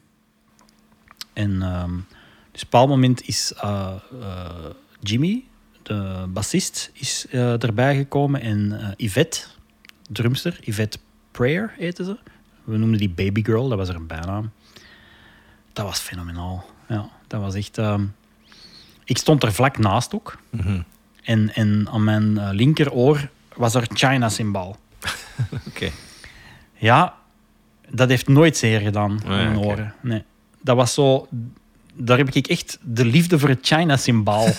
En um, dus op een bepaald moment is uh, uh, Jimmy, de bassist, is uh, erbij gekomen en uh, Yvette, drumster, Yvette Prayer heette ze. We noemden die Baby Girl, dat was haar bijnaam. Dat was fenomenaal. Ja, dat was echt... Um, Ik stond er vlak naast ook. Mm-hmm. En, en aan mijn uh, linkeroor was er China-symbool. Oké. Okay. Ja, dat heeft nooit zeer gedaan aan Oh, ja, mijn okay. oren. Nee. Dat was zo... Daar heb ik echt de liefde voor het China-symbool.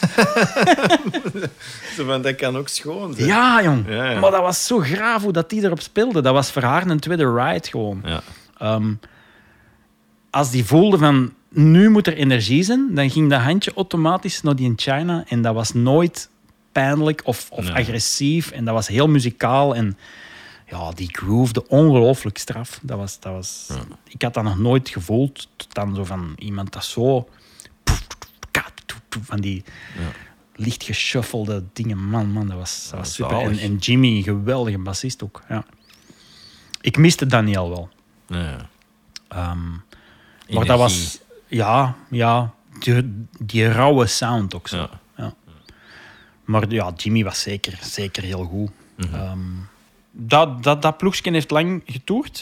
Zo van, dat kan ook schoon zijn. Ja, jong. Ja, ja. Maar dat was zo graaf hoe dat die erop speelde. Dat was voor haar een tweede ride gewoon. Ja. Um, als die voelde van... Nu moet er energie zijn, dan ging dat handje automatisch naar die in China. En dat was nooit pijnlijk of, of Nee. agressief. En dat was heel muzikaal. En ja, die groove, ongelooflijk straf. Dat was, dat was, Ja. Ik had dat nog nooit gevoeld. Tot dan zo van iemand dat zo... Van die Ja. licht geshuffelde dingen. Man, man, dat was, dat was Ja, super. En, zalig. en Jimmy, een geweldige bassist ook. Ja. Ik miste Daniel wel. Ja. Um, maar Energie. dat was... Ja, ja die, die rauwe sound ook zo. Ja. Ja. Maar ja, Jimmy was zeker, zeker heel goed. Mm-hmm. Um, dat, dat, dat ploegje heeft lang getoerd.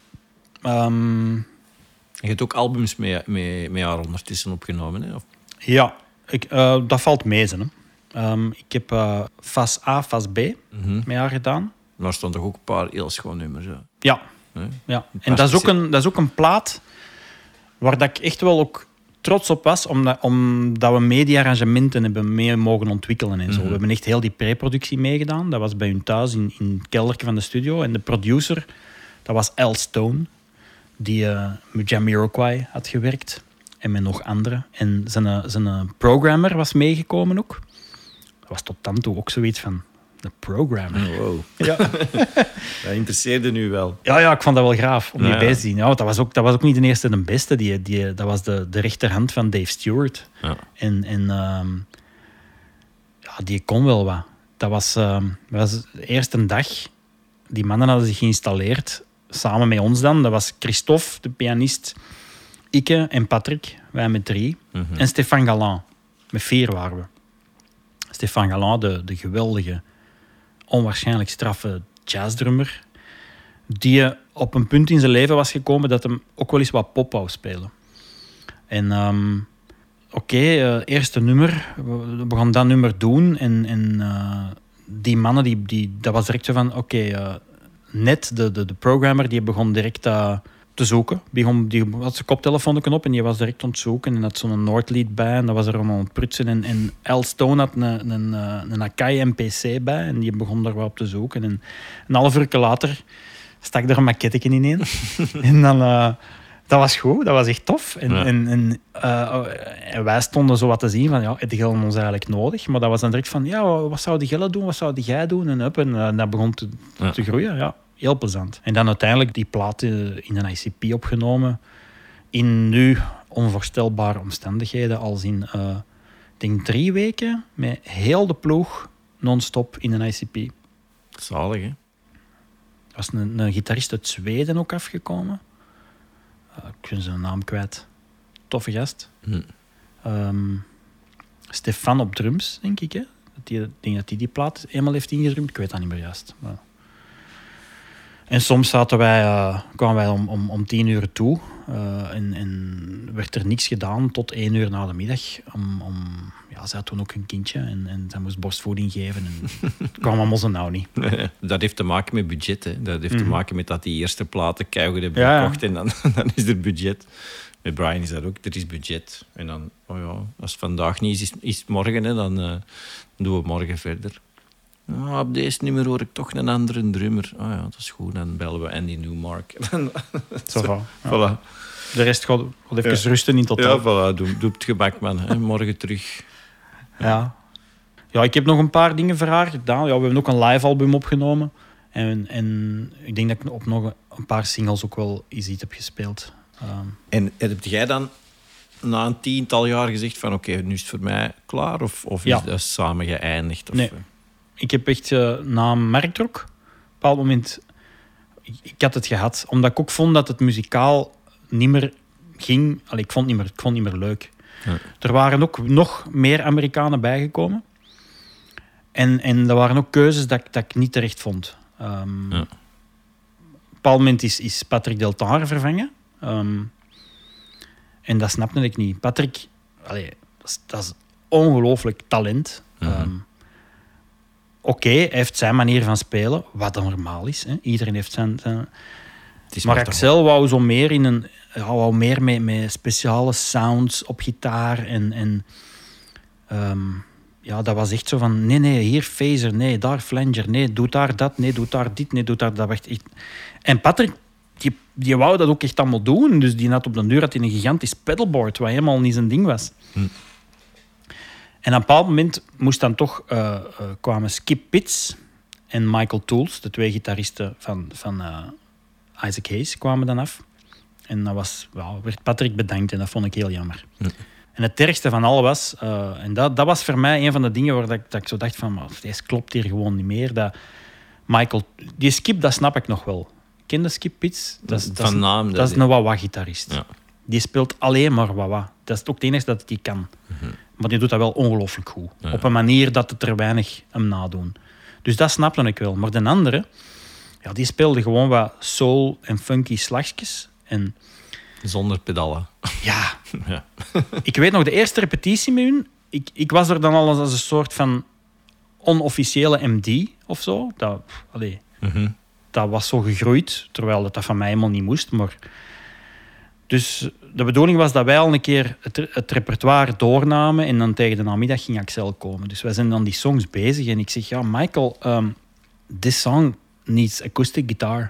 Um, Je hebt ook albums met, met, met haar ondertussen opgenomen, hè? Of? ja, ik, uh, dat valt mee. Hè. Um, ik heb uh, fase A, fase B Mm-hmm. met haar gedaan. Maar er stonden toch ook een paar heel schoon nummers. Ja. Ja, Nee? ja. En dat is, ook een, dat is ook een plaat waar dat ik echt wel ook trots op was, omdat, omdat we media-arrangementen hebben mee mogen ontwikkelen en zo. Mm-hmm. We hebben echt heel die pre-productie meegedaan. Dat was bij hun thuis in, in het keldertje van de studio. En de producer, dat was Al Stone, die uh, met Jamiroquai had gewerkt. En met nog anderen. En zijn, zijn programmer was meegekomen ook. Dat was tot dan toe ook zoiets van... De programmer. Oh, wow. Ja. Dat interesseerde nu wel. Ja, ja, ik vond dat wel gaaf om die Ja, ja. bij te zien. Ja, dat, was ook, dat was ook niet de eerste en de beste. Die, die, dat was de, de rechterhand van Dave Stewart. Ja. En, en um, ja, die kon wel wat. Dat was, um, dat was de eerste dag. Die mannen hadden zich geïnstalleerd. Samen met ons dan. Dat was Christophe, de pianist. Ikke en Patrick. Wij met drie. Mm-hmm. En Stéphane Galland. Met vier waren we. Stéphane Galland, de, de geweldige, onwaarschijnlijk straffe jazzdrummer, die op een punt in zijn leven was gekomen dat hem ook wel eens wat pop wou spelen. En um, oké, okay, uh, eerste nummer, we begonnen dat nummer doen en, en uh, die mannen, die, die, dat was direct zo van, oké, okay, uh, net de, de, de programmer, die begon direct uh, te zoeken. Die, begon, die had zijn koptelefoon op en die was direct aan het zoeken en had zo'n Noordlied bij en dat was er allemaal aan het prutsen. En, en Al Stone had een, een, een Akai M P C bij en die begon daar wat op te zoeken. En een half uur later stak er een maquette in. En dan... Uh, dat was goed, dat was echt tof. En, Ja. en, en, uh, en wij stonden zo wat te zien van, ja, heb die gillen ons eigenlijk nodig? Maar dat was dan direct van, ja, wat zou die gillen doen? Wat zou die jij doen? En, up, en uh, dat begon te, Ja. te groeien, ja. Heel plezant. En dan uiteindelijk die plaat in een I C P opgenomen. In nu onvoorstelbare omstandigheden. Als in, uh, ik denk drie weken, met heel de ploeg non-stop in een I C P. Zalig, hè? Er was een, een gitarist uit Zweden ook afgekomen. Uh, ik ben zijn naam kwijt. Toffe gast. Hm. Um, Stefan op drums, denk ik. Hè? Dat die, ik denk dat die die plaat eenmaal heeft ingedrumd. Ik weet dat niet meer juist. Maar... En soms zaten wij, uh, kwamen wij om, om, om tien uur toe. Uh, en, en werd er niks gedaan tot één uur na de middag. Om, om, ja, zij had toen ook een kindje en, en zij moest borstvoeding geven. En het kwam allemaal zo nauw niet. Nee, dat heeft te maken met budget. Hè. Dat heeft mm. te maken met dat die eerste platen keigoed hebben ja, gekocht. En dan, dan is er budget. Met Brian is dat ook. Er is budget. En dan, oh ja, als het vandaag niet is, is, is het morgen. Hè, dan uh, doen we morgen verder. Oh, op deze nummer hoor ik toch een andere drummer. Oh ja, dat is goed. Dan bellen we Andy Newmark. Zo, Zo ja. Voilà. De rest gaat, gaat even ja. rusten in totaal. Ja, voilà. Doe, doe het gemak, man. Hè. Morgen terug. Ja. ja. Ja, ik heb nog een paar dingen voor haar gedaan. Ja, we hebben ook een live album opgenomen. En, en ik denk dat ik op nog een paar singles ook wel eens iets heb gespeeld. Um. En heb jij dan na een tiental jaar gezegd van oké, okay, nu is het voor mij klaar? Of, of ja. is dat samen geëindigd? Of... Nee. Ik heb echt uh, na een marktrok, op een bepaald moment, ik, ik had het gehad. Omdat ik ook vond dat het muzikaal niet meer ging. Allee, ik vond het niet meer, ik vond het niet meer leuk. Ja. Er waren ook nog meer Amerikanen bijgekomen. En, en er waren ook keuzes dat, dat ik niet terecht vond. Um, ja. Op een bepaald moment is, is Patrick Deltare vervangen. Um, en dat snapte ik niet. Patrick, allee, dat, is, dat is ongelooflijk talent. Mm-hmm. Um, Oké, okay, hij heeft zijn manier van spelen, wat normaal is. Hè. Iedereen heeft zijn... zijn... Maar Axel wou zo meer in een... wou meer met, met speciale sounds op gitaar. En, en um, ja, dat was echt zo van... Nee, nee, hier phaser, nee, daar flanger, nee, doe daar dat, nee, doe daar dit, nee, doe daar dat. Echt. En Patrick, die, die wou dat ook echt allemaal doen. Dus die had op de deur had hij een gigantisch pedalboard, wat helemaal niet zijn ding was. Hm. En op een bepaald moment moest dan toch, uh, uh, kwamen Skip Pitts en Michael Tools, de twee gitaristen van, van uh, Isaac Hayes, kwamen dan af. En dat was, well, werd Patrick bedankt en dat vond ik heel jammer. Ja. En het ergste van al was, uh, en dat, dat was voor mij een van de dingen waar dat, dat ik zo dacht van, maar deze klopt hier gewoon niet meer. Dat Michael, die Skip, dat snap ik nog wel. Ken je Skip Pitts? Dat is, dat is, naam, dat dat is een wah-wah-gitarist. Ja. Die speelt alleen maar wah-wah. Dat is ook het enige dat hij kan. Mm-hmm. Maar die doet dat wel ongelooflijk goed. Ja. Op een manier dat het er weinig hem nadoen. Dus dat snapte ik wel. Maar de andere, ja, die speelde gewoon wat soul en funky slagjes. En zonder pedalen. Ja. ja. Ik weet nog, de eerste repetitie met hun, ik, ik was er dan al als een soort van onofficiële M D of zo. Dat, allee, mm-hmm. dat was zo gegroeid, terwijl dat, dat van mij helemaal niet moest. Maar... Dus de bedoeling was dat wij al een keer het, het repertoire doornamen en dan tegen de namiddag ging Axel komen. Dus wij zijn dan die songs bezig en ik zeg, ja, Michael, um, this song needs acoustic guitar.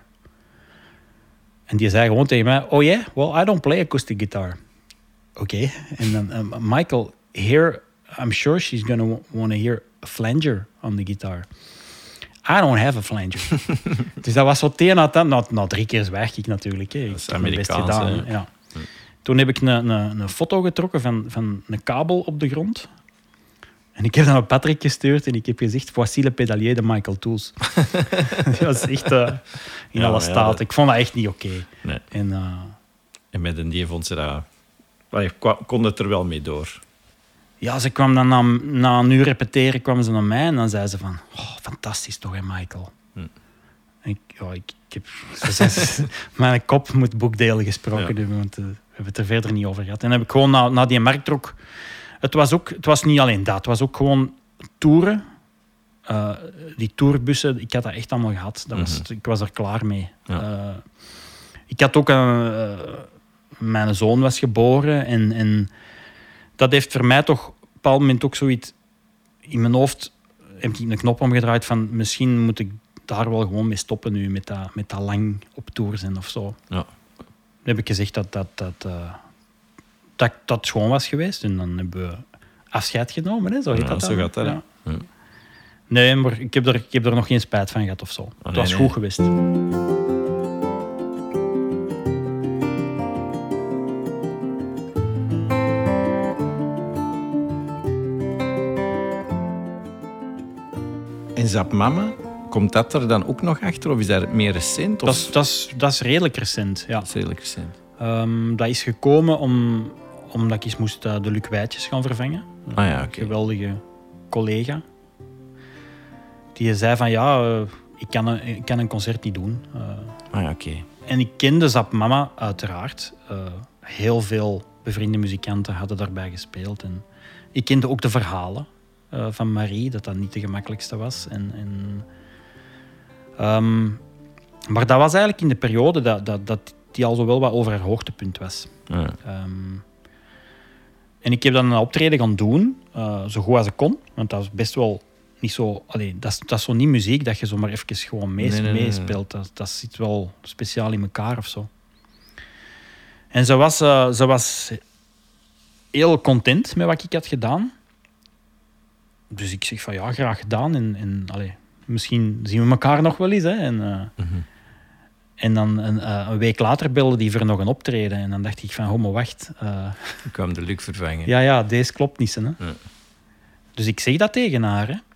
En die zei gewoon tegen mij, oh yeah, well, I don't play acoustic guitar. Oké. Okay. En dan, um, Michael, here, I'm sure she's going to want to hear a flanger on the guitar. I don't have a flanger. Dus dat was zo tegen na, na, na drie keer zwijg ik natuurlijk. Hè. Dat is Amerikaans, hè? Ja. Hm. Toen heb ik een, een, een foto getrokken van, van een kabel op de grond. En ik heb dat naar Patrick gestuurd en ik heb gezegd, voici le pédalier de Michael Tools. Dat was echt uh, in ja, alle staat. Ja, dat... Ik vond dat echt niet oké. Okay. Nee. En, uh... en met een die vond ze dat... Well, kon het er wel mee door. Ja, ze kwam dan na, na een uur repeteren kwam ze naar mij en dan zei ze van... Oh, fantastisch toch, hè, Michael? Hm. En ik, ja, ik, ik heb... mijn kop moet boekdelen gesproken hebben, ja. Want uh, we hebben het er verder niet over gehad. En dan heb ik gewoon na, na die marktrok... Het was, ook, het was niet alleen dat, het was ook gewoon toeren. Uh, die tourbussen, ik had dat echt allemaal gehad. Dat was, mm-hmm. Ik was er klaar mee. Ja. Uh, ik had ook een... Uh, mijn zoon was geboren en... en dat heeft voor mij toch op een bepaald moment ook zoiets... In mijn hoofd heb ik een knop omgedraaid van... Misschien moet ik daar wel gewoon mee stoppen nu, met dat, met dat lang op tour zijn of zo. Ja. Dan heb ik gezegd dat dat, dat, uh, dat dat schoon was geweest. En dan hebben we afscheid genomen. Hè? Zo heet ja, dat zo dan. gaat dat. Ja. Ja. Nee, maar ik heb, er, ik heb er nog geen spijt van gehad of zo. Oh, het nee, was nee. goed geweest. En Zap Mama, komt dat er dan ook nog achter? Of is dat meer recent? Of? Dat, is, dat, is, dat is redelijk recent, ja. Dat is redelijk recent. Um, dat is gekomen om, omdat ik eens moest uh, de Luc Wijtjes gaan vervangen. Ah ja, oké. Okay. Geweldige collega. die zei van ja, uh, ik, kan een, ik kan een concert niet doen. Uh, ah ja, oké. Okay. En ik kende Zap Mama uiteraard. Uh, heel veel bevriende muzikanten hadden daarbij gespeeld. En ik kende ook de verhalen uh, van Marie, dat dat niet de gemakkelijkste was. En, en, um, maar dat was eigenlijk in de periode dat, dat, dat die al zo wel wat over haar hoogtepunt was. Ja. Um, en ik heb dan een optreden gaan doen, uh, zo goed als ik kon. Want dat was best wel niet zo... Allee, dat, is, dat is zo niet muziek dat je zomaar even gewoon mees, nee, nee, meespeelt. Nee, nee. Dat, dat zit wel speciaal in elkaar of zo. En ze was, uh, ze was heel content met wat ik had gedaan. Dus ik zeg van ja, graag gedaan. En, en allee, misschien zien we elkaar nog wel eens. Hè. En, uh, mm-hmm. en dan een, uh, een week later belde die voor nog een optreden. En dan dacht ik van, oh, maar wacht. Uh, ik kwam de Luc vervangen. Ja, ja, deze klopt niet. Hè. Ja. Dus ik zeg dat tegen haar. Hè.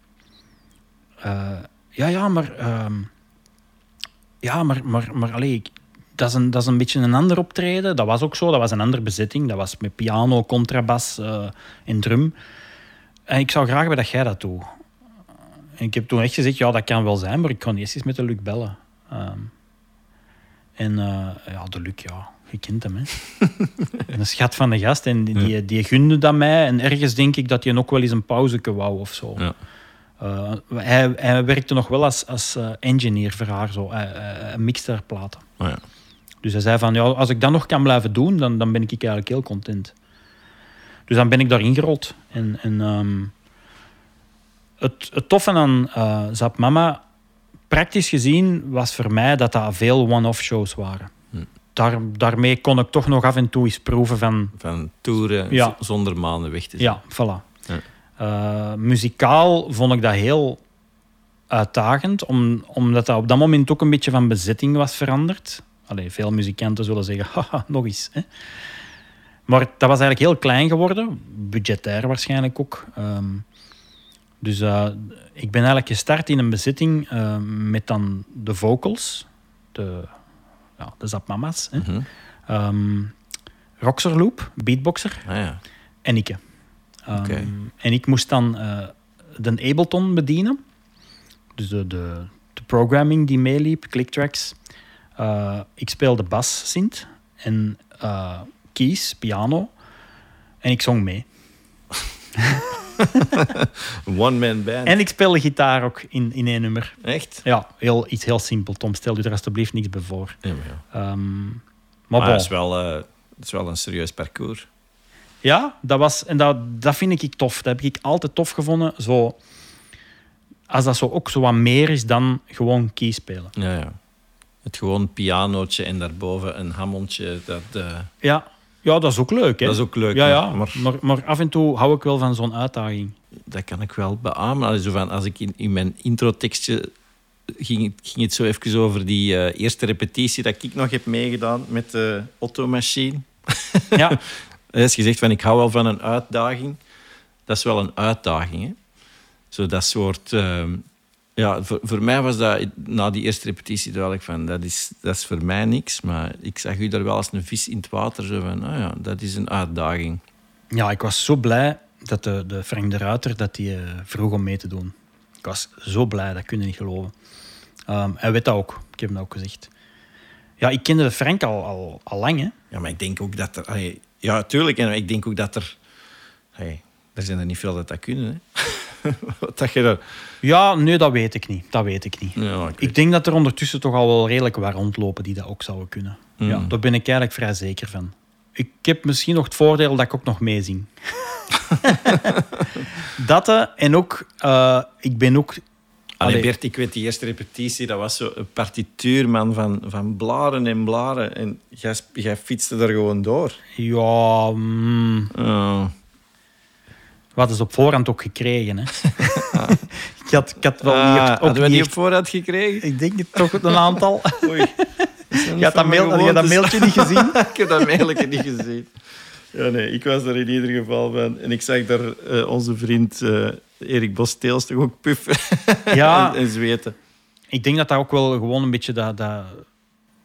Uh, ja, ja, maar... Uh, ja, maar... maar, maar allee, ik, dat, is een, dat is een beetje een ander optreden. Dat was ook zo. Dat was een andere bezetting. Dat was met piano, contrabas uh, en drum. En ik zou graag willen dat jij dat doet. En ik heb toen echt gezegd, ja, dat kan wel zijn, maar ik kan eerst eens met de Luc bellen. Um, en uh, ja, de Luc, ja, je kent hem, hè. Een schat van de gast. En die, ja. die gunde dat mij. En ergens denk ik dat hij ook wel eens een pauzeke wou of zo. Ja. Uh, hij, hij werkte nog wel als, als uh, engineer voor haar, zo. Hij, hij mixte haar platen. Oh ja. Dus hij zei van, ja, als ik dat nog kan blijven doen, dan, dan ben ik eigenlijk heel content. Dus dan ben ik daarin gerold. En, en um, het, het toffe aan uh, Zap Mama, praktisch gezien, was voor mij dat dat veel one-off shows waren. Hm. Daar, daarmee kon ik toch nog af en toe eens proeven van... Van toeren ja. z- zonder maanden weg te zijn. Ja, voilà. Ja. Uh, muzikaal vond ik dat heel uitdagend, om, omdat dat op dat moment ook een beetje van bezetting was veranderd. Allee, veel muzikanten zullen zeggen, haha, nog eens. Hè. Maar dat was eigenlijk heel klein geworden, budgetair waarschijnlijk ook. Um, dus uh, ik ben eigenlijk gestart in een bezetting uh, met dan de vocals, de, ja, de Zap Mama's, hè. Mm-hmm. um, Roxerloop, beatboxer, ah, ja. en ik. Um, okay. En ik moest dan uh, de Ableton bedienen, dus de, de, de programming die meeliep, clicktracks. Uh, ik speelde bas, synth en uh, keys, piano. En ik zong mee. One-man band. En ik speelde gitaar ook in, in één nummer. Echt? Ja, heel, iets heel simpel. Tom, stel je er alsjeblieft niks bij voor. Ja, ja. Um, maar maar bon. dat is wel, uh, dat is wel een serieus parcours. Ja, dat was, en dat, dat vind ik tof. Dat heb ik altijd tof gevonden. Zo, als dat zo ook zo wat meer is dan gewoon keys spelen. Ja, ja. Het gewoon pianootje en daarboven een hammondje. Dat, uh... ja. ja, dat is ook leuk. Hè? Dat is ook leuk. Ja, ja. Maar... Maar, maar af en toe hou ik wel van zo'n uitdaging. Dat kan ik wel beamen. Also van, als ik in, in mijn introtekstje... Ging, ging het zo even over die uh, eerste repetitie dat ik nog heb meegedaan met de Otto-machine. Ja. Als je zegt van ik hou wel van een uitdaging. Dat is wel een uitdaging. Hè? Zo dat soort... Uh, ja, voor, voor mij was dat... Na die eerste repetitie duidelijk van... Dat is, dat is voor mij niks. Maar ik zag u daar wel als een vis in het water. Zo van, oh ja, dat is een uitdaging. Ja, ik was zo blij dat de, de Frank de Ruiter dat die, uh, vroeg om mee te doen. Ik was zo blij, dat kun je niet geloven. Um, hij weet dat ook. Ik heb hem ook gezegd. Ja, ik kende de Frank al, al, al lang, hè. Ja, maar ik denk ook dat er... Allee, ja, tuurlijk. En ik denk ook dat er... Allee, er zijn er niet veel dat dat kunnen, hè. dat je er... Ja, nee, dat weet ik niet. Dat weet ik niet. Ja, ik, ik denk dat er ondertussen toch al wel redelijk wat rondlopen die dat ook zouden kunnen. Mm. Ja, daar ben ik eigenlijk vrij zeker van. Ik heb misschien nog het voordeel dat ik ook nog meezing. dat uh, en ook... Uh, ik ben ook... Allee, Bert, ik weet die eerste repetitie, dat was zo een partituur, man, van, van blaren en blaren. En jij, jij fietste er gewoon door. Ja... Mm. Oh. Wat is op voorhand ook gekregen, hè? ah. ik, had, ik had wel ah, niet... Ook hadden we niet die op voorhand gekregen? Ik denk het toch een aantal. Oei. Je had dat, mail, had je dat mailtje niet gezien? Ik heb dat mailtje niet gezien. Ja, nee, ik was er in ieder geval van. En ik zag daar uh, onze vriend uh, Erik Bos-Teels toch ook puffen ja, en, en zweten. Ik denk dat dat ook wel gewoon een beetje dat, dat,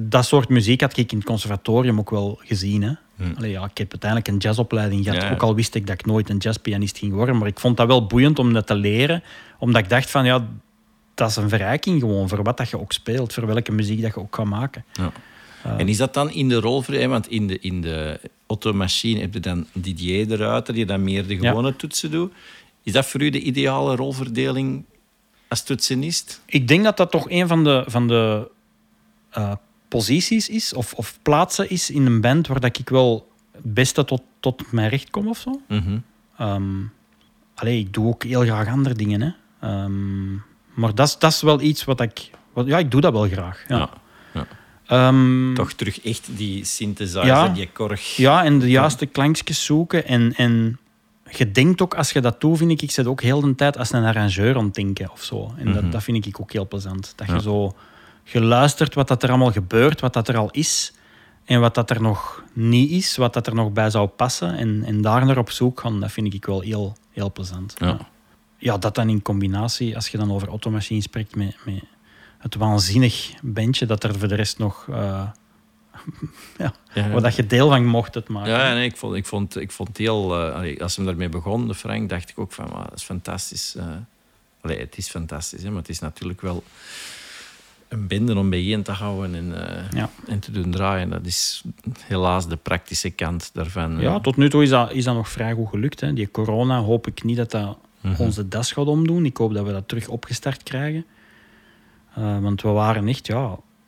dat soort muziek had ik in het conservatorium ook wel gezien. Hè. Hmm. Allee, ja, ik heb uiteindelijk een jazzopleiding gehad. Ja. Ook al wist ik dat ik nooit een jazzpianist ging worden. Maar ik vond dat wel boeiend om dat te leren. Omdat ik dacht van, ja, dat is een verrijking gewoon voor wat dat je ook speelt. Voor welke muziek dat je ook gaat maken. Ja. Uh, en is dat dan in de rol voor je? Want in de, in de automachine heb je dan Didier de Ruiter, die dan meer de gewone ja. toetsen doet. Is dat voor u de ideale rolverdeling als toetsenist? Ik denk dat dat toch een van de, van de uh, posities is, of, of plaatsen is in een band waar dat ik wel het beste tot, tot mijn recht kom of zo. Mm-hmm. Um, allee, ik doe ook heel graag andere dingen. Hè. Um, maar dat is, dat is wel iets wat ik... Wat, ja, ik doe dat wel graag. Ja. Ja, ja. Um, Toch terug echt die synthesizer, ja, die korg. Ja, en de juiste klankjes zoeken. En, en je denkt ook, als je dat doet, vind ik, ik zit ook heel de tijd als een arrangeur aan het denken of zo. En mm-hmm. dat, dat vind ik ook heel plezant. Dat ja. je zo geluisterd wat dat er allemaal gebeurt, wat dat er al is en wat dat er nog niet is, wat dat er nog bij zou passen. En, en daar naar op zoek gaan, dat vind ik wel heel, heel plezant. Ja. Ja, dat dan in combinatie, als je dan over Automachine spreekt, met, met het waanzinnig bandje dat er voor de rest nog... Uh, ja, ja, waar dat je deel van mocht het maken. Ja, nee, ik vond, ik vond, ik vond het heel... Uh, als we daarmee begon, de Frank, dacht ik ook van, wow, dat is fantastisch. Uh, allee, het is fantastisch, hè, maar het is natuurlijk wel een bende om bijeen te houden en, uh, ja. en te doen draaien. Dat is helaas de praktische kant daarvan. Ja, tot nu toe is dat, is dat nog vrij goed gelukt. Hè. Die corona hoop ik niet dat dat mm-hmm. onze das gaat omdoen. Ik hoop dat we dat terug opgestart krijgen. Uh, want we waren echt, ja...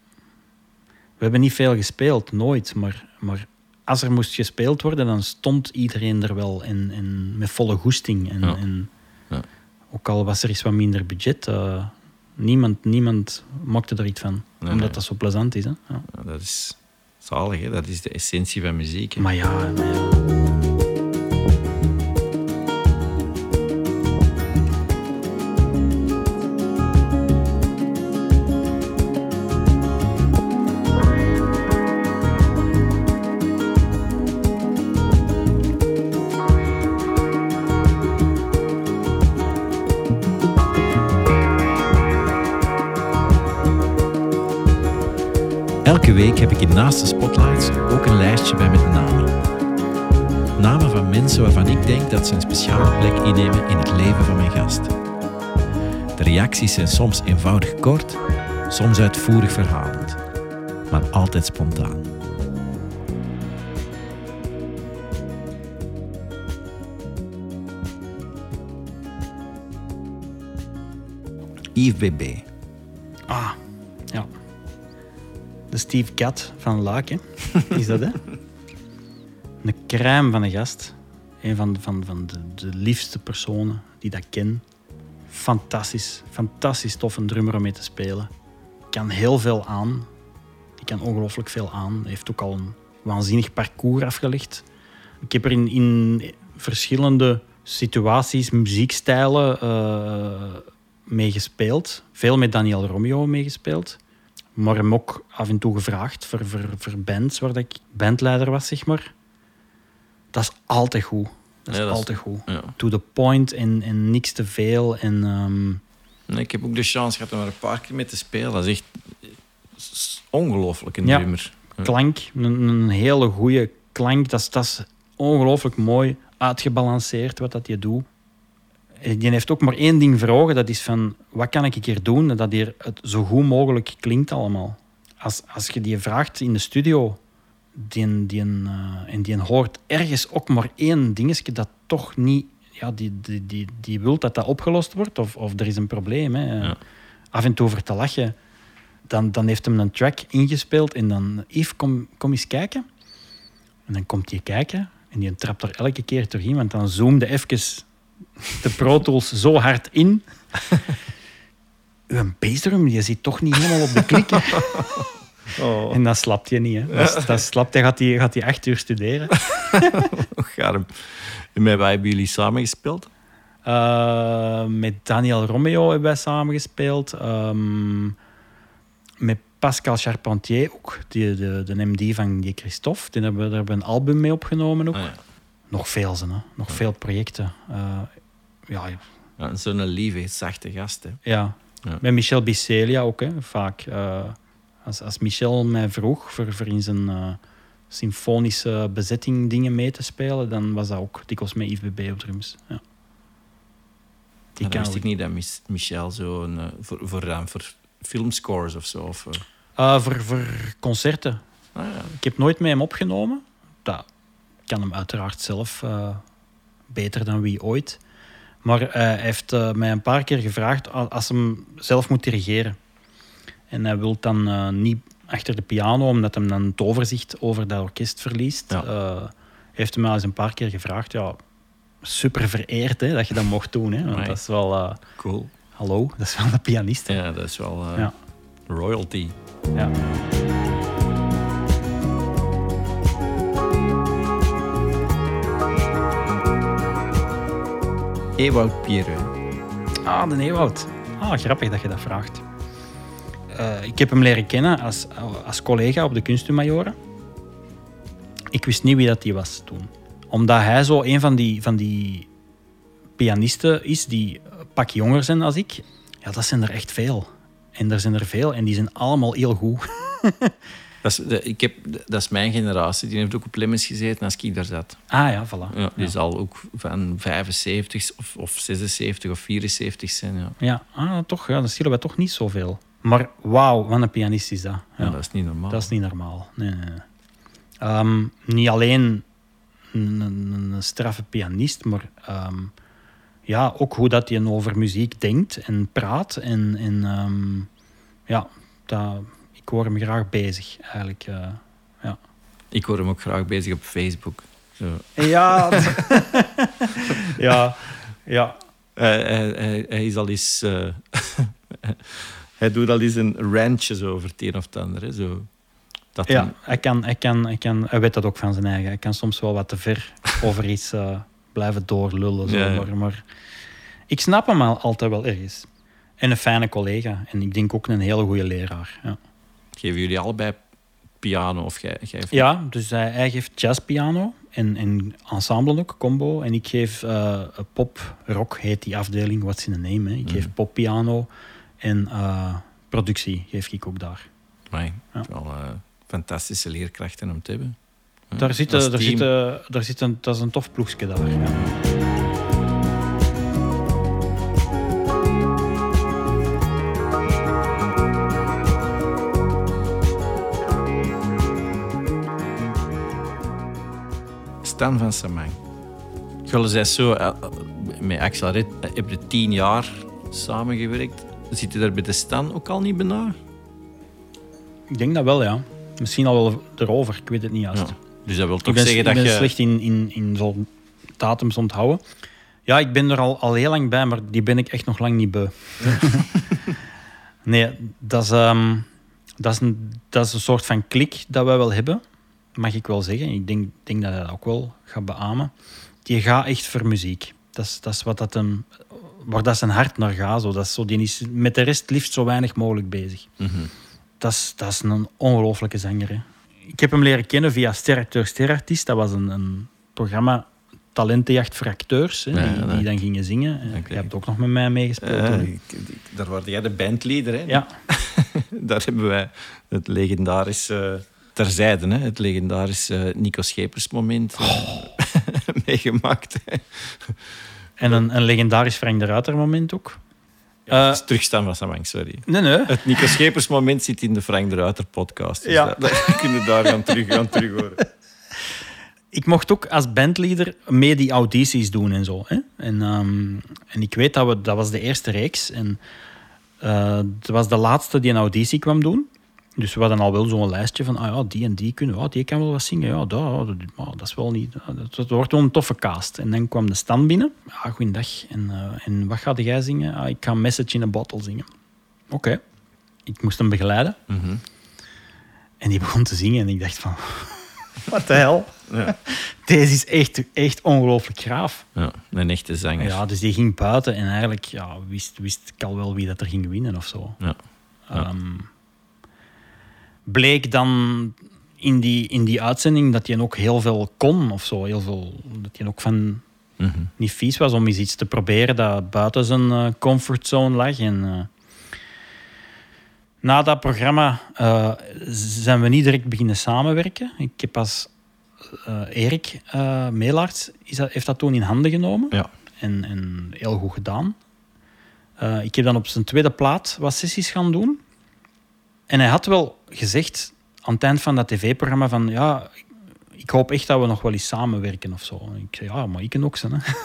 We hebben niet veel gespeeld, nooit. Maar, maar als er moest gespeeld worden, dan stond iedereen er wel en, en met volle goesting. En, ja. en ja. Ook al was er eens wat minder budget, uh, niemand, niemand maakte er iets van. Nee, omdat nee. dat zo plezant is. Hè? Ja. Ja, dat is zalig, hè? Dat is de essentie van muziek. Hè? Maar ja, maar ja. Elke week heb ik in Naast de Spotlights ook een lijstje bij met namen. Namen van mensen waarvan ik denk dat ze een speciale plek innemen in het leven van mijn gast. De reacties zijn soms eenvoudig kort, soms uitvoerig verhalend, maar altijd spontaan. Yves Bébé. Ah, ja. De Steve Gadd van Luik, hè? Is dat, hè? Een crème van een gast. Een van, van, van de, de liefste personen die dat ken. Fantastisch. Fantastisch tof een drummer om mee te spelen. Kan heel veel aan. Die kan ongelooflijk veel aan. Hij heeft ook al een waanzinnig parcours afgelegd. Ik heb er in, in verschillende situaties, muziekstijlen uh, mee gespeeld. Veel met Daniel Romeo meegespeeld. Maar hem ook af en toe gevraagd voor, voor, voor bands waar ik bandleider was, zeg maar. Dat is altijd goed. Dat is ja, dat altijd is, goed. Ja. To the point en, en niks te veel. En, um... nee, ik heb ook de chance gehad om er een paar keer mee te spelen. Dat is echt ongelooflijk, een ja, drummer. Ja. Klank, een, een hele goede klank. Dat is, dat is ongelooflijk mooi uitgebalanceerd wat dat je doet. Die heeft ook maar één ding voor ogen. Dat is van, wat kan ik hier doen dat hier het zo goed mogelijk klinkt allemaal. Als, als je die vraagt in de studio, die, die, uh, en die hoort ergens ook maar één dingetje dat toch niet... Ja, die, die, die, die wil dat dat opgelost wordt, of, of er is een probleem. Hè. Ja. Af en toe over te lachen. Dan, dan heeft hem een track ingespeeld en dan... Yves, kom, kom eens kijken. En dan komt hij kijken en die trapt er elke keer doorheen, want dan zoomde even... de Pro Tools zo hard in. Uw bassdrum, je zit toch niet helemaal op de klikken. Oh. En dat slapt je niet. Hè. Dat, dat slapt, dan gaat hij, gaat hij acht uur studeren. Garm. En met wie hebben jullie samengespeeld? Uh, met Daniel Romeo hebben wij samengespeeld. Um, met Pascal Charpentier ook. Die, de, de M D van die Christophe. Die hebben, daar hebben we een album mee opgenomen ook. Oh, ja. Nog veel, hè. Nog ja. veel projecten. Uh, ja, ja. Ja, zo'n lieve, zachte gast. Hè. Ja. ja. Met Michel Bicelia ook, hè. Vaak. Uh, Als, als Michel mij vroeg voor, voor in zijn uh, symfonische bezetting dingen mee te spelen, dan was dat ook dikwijls met Yves Bébé op drums. Ja. Die kan wist ik niet dat Michel zo een, uh, voor, voor, uh, voor filmscores of zo. Of, uh... Uh, voor, voor concerten. Ah, ja. Ik heb nooit met hem opgenomen. Dat kan hem uiteraard zelf uh, beter dan wie ooit. Maar uh, hij heeft uh, mij een paar keer gevraagd als hij hem zelf moet dirigeren. En hij wil dan uh, niet achter de piano, omdat hij dan het overzicht over dat orkest verliest. Ja. Uh, heeft hij mij eens een paar keer gevraagd. Ja, super vereerd hè, dat je dat mocht doen. Hè, want nee. dat is wel... Uh, cool. Hallo, dat is wel een pianist. Hè. Ja, dat is wel uh, ja. royalty. Ja. Ewout Pierre. Ah, de Ewout. Ah, grappig dat je dat vraagt. Uh, ik heb hem leren kennen als, als collega op de Kunstmajoren. Ik wist niet wie dat die was toen. Omdat hij zo een van die, van die pianisten is die een pak jonger zijn dan ik. Ja, dat zijn er echt veel. En er zijn er veel en die zijn allemaal heel goed. Dat is, de, ik heb, dat is mijn generatie. Die heeft ook op Lemmens gezeten als ik daar zat. Ah ja, voilà. Ja, die ja. zal ook van vijfenzeventig of, of zesenzeventig of vierenzeventig zijn. Ja, ja, ah, toch, ja, dat schillen wij toch niet zoveel. Maar wauw, wat een pianist is dat. Ja. Ja, dat is niet normaal. Dat is niet normaal. Nee, nee, nee. Um, niet alleen een, een, een straffe pianist, maar um, ja, ook hoe dat hij over muziek denkt en praat. En, en um, ja, dat, ik hoor hem graag bezig, eigenlijk. Uh, ja. Ik hoor hem ook graag bezig op Facebook. Zo. Ja. ja, ja. Hij, hij, hij, hij is al eens... Uh, hij doet al eens een rantje zo over het een of het ander. Hè, zo. Dat ja, hem... hij, kan, hij, kan, hij, kan, hij weet dat ook van zijn eigen. Hij kan soms wel wat te ver over iets uh, blijven doorlullen. Zo. Ja. Maar, maar ik snap hem al altijd wel ergens. En een fijne collega. En ik denk ook een hele goede leraar. Ja. Geven jullie allebei piano? Of jij, jij ja, dus hij, hij geeft jazzpiano en, en ensemble ook, combo. En ik geef uh, pop-rock, heet die afdeling, what's in the name. Hè. Ik geef mm. poppiano en uh, productie geef ik ook daar. Amai, ja. wel uh, fantastische leerkrachten om te hebben. Ja, daar zit, daar zit, daar zit een, dat is een tof ploegje daar. Ja. Stan van Samang. Jullie zijn zo, uh, met Axel Red heb je tien jaar samengewerkt. Zit je daar bij de Stan ook al niet bijna? Ik denk dat wel, ja. Misschien al wel erover, ik weet het niet juist. Ja. Dus dat wil toch ik ben, zeggen dat je... Ik ben je... slecht in, in, in zo'n datums onthouden. Ja, ik ben er al, al heel lang bij, maar die ben ik echt nog lang niet beu. Ja. Nee, dat is, um, dat, is een, dat is een soort van klik dat wij wel hebben. Mag ik wel zeggen. Ik denk, denk dat hij dat ook wel gaat beamen. Die gaat echt voor muziek. Dat is, dat is wat dat hem, waar dat zijn hart naar gaat. Zo. Dat is zo, die is met de rest liefst zo weinig mogelijk bezig. Mm-hmm. Dat is, dat is een ongelooflijke zanger. Hè. Ik heb hem leren kennen via Steracteur Sterartiest. Dat was een, een programma talentenjacht voor acteurs, hè, ja, die, die dan gingen zingen. Okay. Je hebt ook nog met mij meegespeeld. Uh, ik, ik, daar word jij de bandleader. Hè? Ja. Daar hebben wij het legendarische... Terzijde, hè, het legendarische Nico Schepers moment oh. meegemaakt. En een, een legendarisch Frank de Ruiter moment ook. Ja, uh, terugstaan van Samang, sorry. Nee, nee. Het Nico Schepers moment zit in de Frank de Ruiter podcast. Dus ja. dat, dat kun je daar gaan terug, gaan terug horen. Ik mocht ook als bandleader mee die audities doen en zo. Hè? En, um, en ik weet dat we, dat was de eerste reeks. En uh, dat was de laatste die een auditie kwam doen. Dus we hadden al wel zo'n lijstje van, ah ja, die en die kunnen, oh, die kan wel wat zingen. Ja, dat, dat, dat is wel niet... Dat, dat wordt wel een toffe cast. En dan kwam de Stan binnen. Ja, goeiedag. En, uh, en wat ga jij zingen? Ah, ik ga Message in a Bottle zingen. Oké. Okay. Ik moest hem begeleiden. Mm-hmm. En die begon te zingen en ik dacht van... Wat de hel? Ja. Deze is echt, echt ongelooflijk graaf. Ja, een echte zanger. Ja, dus die ging buiten en eigenlijk ja, wist, wist ik al wel wie dat er ging winnen of zo. Ja. Ja. Um, bleek dan in die, in die uitzending dat hij ook heel veel kon of zo. Heel veel, dat hij ook van mm-hmm. niet vies was om eens iets te proberen dat buiten zijn uh, comfortzone lag. En, uh, Na dat programma uh, zijn we niet direct beginnen samenwerken. Ik heb pas uh, Erik uh, Meelaerts is dat, heeft dat toen in handen genomen. Ja. En, en heel goed gedaan. Uh, ik heb dan op zijn tweede plaat wat sessies gaan doen. En hij had wel gezegd aan het eind van dat tv-programma van ja, ik hoop echt dat we nog wel eens samenwerken of zo. Ik zei ja, maar ik kan ook zijn. Hè.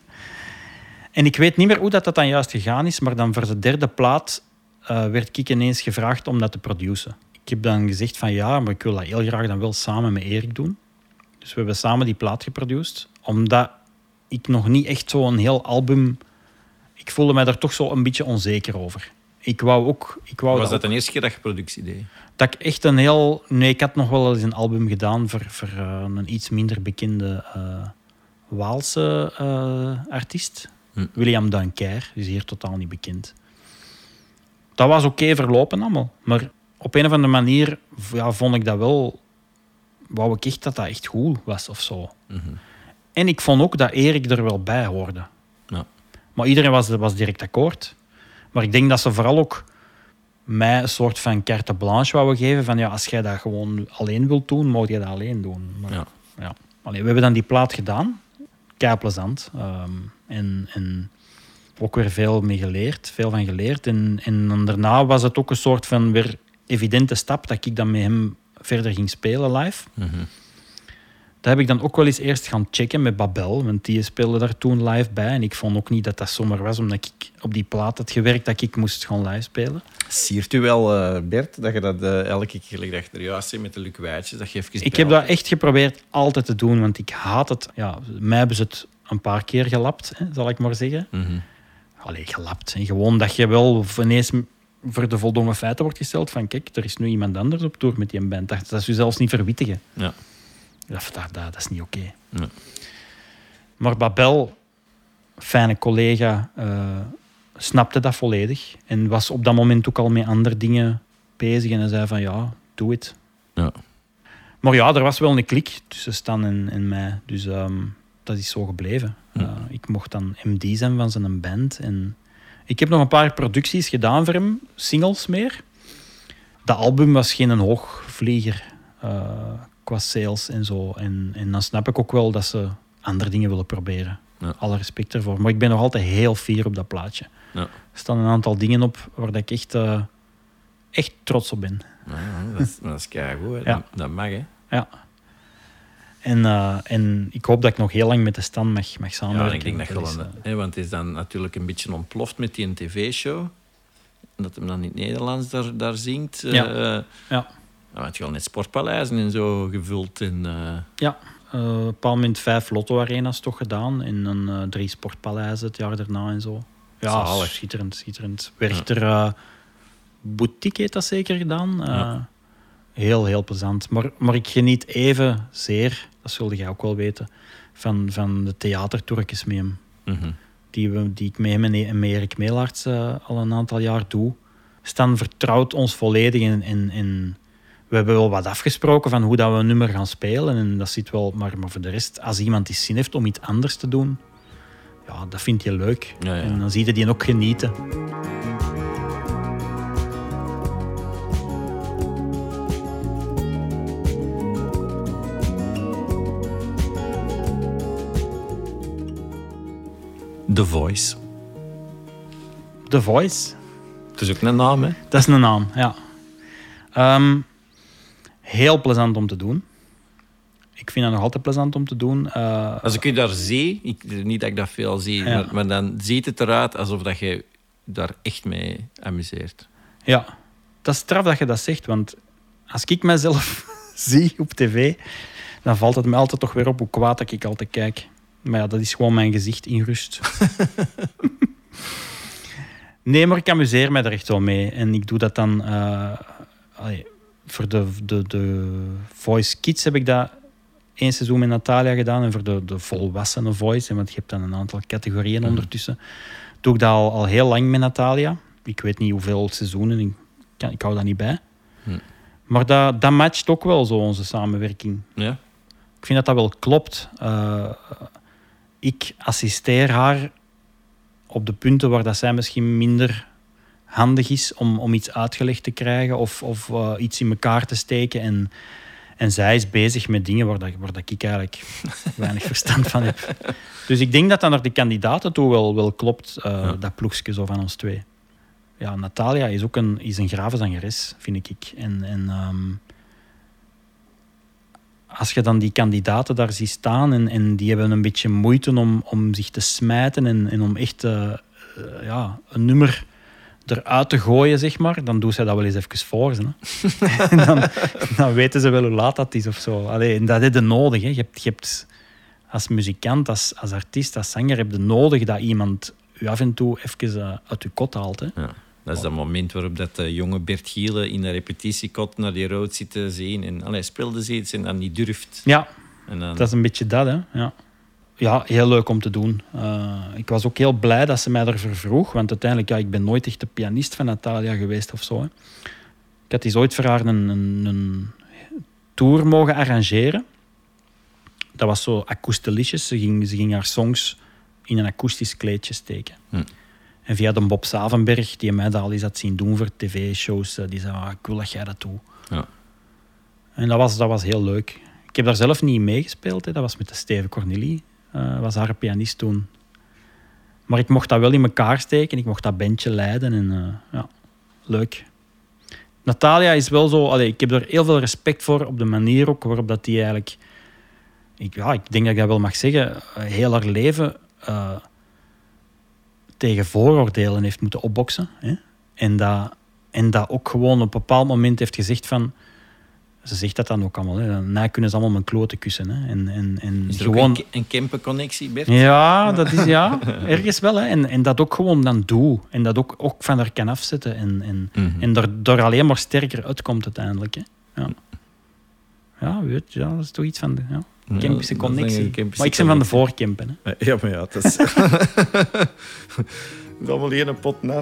En ik weet niet meer hoe dat, dat dan juist gegaan is, maar dan voor de derde plaat uh, werd ik ineens gevraagd om dat te produceren. Ik heb dan gezegd van ja, maar ik wil dat heel graag dan wel samen met Erik doen. Dus we hebben samen die plaat geproduceerd, omdat ik nog niet echt zo'n heel album... Ik voelde mij daar toch zo een beetje onzeker over. Ik wou ook... Ik wou Was dat, dat de eerste keer dat je productie deed? Dat ik echt een heel... Nee, ik had nog wel eens een album gedaan voor, voor uh, een iets minder bekende uh, Waalse uh, artiest. Hm. William Dunker, die is hier totaal niet bekend. Dat was oké okay verlopen allemaal. Maar op een of andere manier ja, vond ik dat wel... Wou ik echt dat dat echt goed was of zo. Mm-hmm. En ik vond ook dat Erik er wel bij hoorde. Ja. Maar iedereen was, was direct akkoord. Maar ik denk dat ze vooral ook mij een soort van carte blanche wouden geven. Van ja, als jij dat gewoon alleen wilt doen, moet je dat alleen doen. Maar, ja. Ja. Allee, we hebben dan die plaat gedaan. Kei plezant. Um, en, en ook weer veel mee geleerd. Veel van geleerd. En, en dan daarna was het ook een soort van weer evidente stap dat ik dan met hem verder ging spelen live. Mm-hmm. Dat heb ik dan ook wel eens eerst gaan checken met Babel, want die speelde daar toen live bij. En ik vond ook niet dat dat zomaar was, omdat ik op die plaat had gewerkt, dat ik moest gewoon live spelen. Siert u wel, uh, Bert, dat je dat uh, elke keer gelijk achter juist zit met de Luc Wijtjes, dat je even Ik heb dat echt geprobeerd altijd te doen, want ik haat het. Ja, mij hebben ze het een paar keer gelapt, hè, zal ik maar zeggen. Mm-hmm. Allee, gelapt. Hè. Gewoon dat je wel ineens voor de voldongen feiten wordt gesteld van kijk, er is nu iemand anders op tour met die band. Dat, dat is je zelfs niet verwittigen. Ja. Dat, dat, dat is niet oké. Okay. Ja. Maar Babel, fijne collega, uh, snapte dat volledig. En was op dat moment ook al met andere dingen bezig. En hij zei van ja, doe het. Ja. Maar ja, er was wel een klik tussen Stan en, en mij. Dus um, dat is zo gebleven. Ja. Uh, ik mocht dan M D zijn van zijn band. En ik heb nog een paar producties gedaan voor hem. Singles meer. Dat album was geen een hoogvlieger. Uh, qua sales en zo. En, en dan snap ik ook wel dat ze andere dingen willen proberen. Ja. Alle respect ervoor. Maar ik ben nog altijd heel fier op dat plaatje. Ja. Er staan een aantal dingen op waar ik echt, uh, echt trots op ben. Ja, dat is, dat is keigoed. Ja. Dat, dat mag, hè. Ja. En, uh, en ik hoop dat ik nog heel lang met de Stan mag, mag samenwerken. Ja, ik denk dat je wel... Hè, want het is dan natuurlijk een beetje ontploft met die tv-show. Dat hem dan in het Nederlands daar, daar zingt. Ja. Uh, ja. Dan had je al net sportpaleizen en zo gevuld. En, uh... Ja, uh, op een bepaald moment vijf Lotto-arena's toch gedaan. En dan uh, drie sportpaleizen het jaar daarna en zo. Ja, zalig. schitterend, schitterend. Werchter ja. uh, Boutique heet dat zeker gedaan. Uh, ja. Heel, heel plezant. Maar, maar ik geniet even zeer, dat zulde jij ook wel weten, van, van de theatertourtjes met hem. Mm-hmm. Die, we, die ik met hem en met Erik Meelaerts uh, al een aantal jaar doe. Stan vertrouwt ons volledig en... en, en we hebben wel wat afgesproken van hoe dat we een nummer gaan spelen. En dat zit wel, maar, maar voor de rest, als iemand die zin heeft om iets anders te doen, ja, dat vindt je leuk. Ja, ja. En dan zie je die ook genieten. The Voice. The Voice. Het is ook een naam, hè? Dat is een naam, ja. Um, heel plezant om te doen. Ik vind dat nog altijd plezant om te doen. Uh, Als ik je daar zie, ik, niet dat ik dat veel zie, ja. maar, maar dan ziet het eruit alsof dat je daar echt mee amuseert. Ja, dat is straf dat je dat zegt, want als ik mezelf zie op tv, dan valt het me altijd toch weer op hoe kwaad dat ik altijd kijk. Maar ja, dat is gewoon mijn gezicht in rust. Nee, maar ik amuseer mij er echt wel mee. En ik doe dat dan... Uh, allee, voor de, de, de Voice Kids heb ik dat één seizoen met Natalia gedaan. En voor de, de volwassenen Voice, want je hebt dan een aantal categorieën mm. ondertussen, doe ik dat al, al heel lang met Natalia. Ik weet niet hoeveel seizoenen, ik, kan, ik hou dat niet bij. Mm. Maar dat, dat matcht ook wel zo, onze samenwerking. Ja. Ik vind dat dat wel klopt. Uh, ik assisteer haar op de punten waar dat zij misschien minder handig is om, om iets uitgelegd te krijgen of, of uh, iets in elkaar te steken. En, en zij is bezig met dingen waar, dat, waar dat ik eigenlijk weinig verstand van heb. Dus ik denk dat dat naar de kandidaten toe wel, wel klopt, uh, ja. dat ploegje zo van ons twee. Ja, Natalia is ook een, is een grave zangeres, vind ik. En, en um, als je dan die kandidaten daar ziet staan en, en die hebben een beetje moeite om, om zich te smijten en, en om echt uh, uh, ja, een nummer eruit te gooien, zeg maar, dan doen zij dat wel eens even voor ze. En dan, dan weten ze wel hoe laat dat is of zo. Allee, dat heb je nodig. Hè. Je hebt, je hebt als muzikant, als, als artiest, als zanger, heb je nodig dat iemand u af en toe even uh, uit je kot haalt. Hè. Ja. Dat is dat moment waarop dat de jonge Bert Gielen in de repetitiekot naar die rood zit te zien. En allee, speelde ze iets en dan niet durft. Ja, en dan... dat is een beetje dat. Hè. Ja. Ja, heel leuk om te doen. Uh, ik was ook heel blij dat ze mij ervoor vroeg. Want uiteindelijk, ja, ik ben nooit echt de pianist van Natalia geweest of zo. Hè. Ik had eens ooit voor haar een, een, een tour mogen arrangeren. Dat was zo akoestelicious. Ze ging, ze ging haar songs in een akoestisch kleedje steken. Hm. En via de Bob Savenberg, die mij dat al eens had zien doen voor tv-shows, die zei, ah, ik wil dat jij dat doet. Ja. En dat was, dat was heel leuk. Ik heb daar zelf niet meegespeeld. Hè. Dat was met de Steven Cornelie. Uh, was haar pianist toen. Maar ik mocht dat wel in elkaar steken. Ik mocht dat bandje leiden. En, uh, ja, leuk. Natalia is wel zo... Allee, ik heb er heel veel respect voor op de manier ook waarop dat die eigenlijk... Ik, ja, ik denk dat ik dat wel mag zeggen. Heel haar leven uh, tegen vooroordelen heeft moeten opboksen. Hè? En, dat, en dat ook gewoon op een bepaald moment heeft gezegd van... Ze zegt dat dan ook allemaal. Hè. Daarna kunnen ze allemaal mijn kloten kussen. Hè. En, en, en is er gewoon... ook een, een Kempen-connectie, Bert? Ja, dat is ja. Ergens wel. Hè. En, en dat ook gewoon dan doe. En dat ook, ook van haar kan afzetten. En, en, mm-hmm. en er, er alleen maar sterker uitkomt uiteindelijk. Hè. Ja. Ja, weet je, ja, dat is toch iets van de ja. Kempische ja, connectie. Kempische maar ik ben van de voorkempen. Hè. Ja, maar ja, dat is... dat is allemaal hier een pot nat.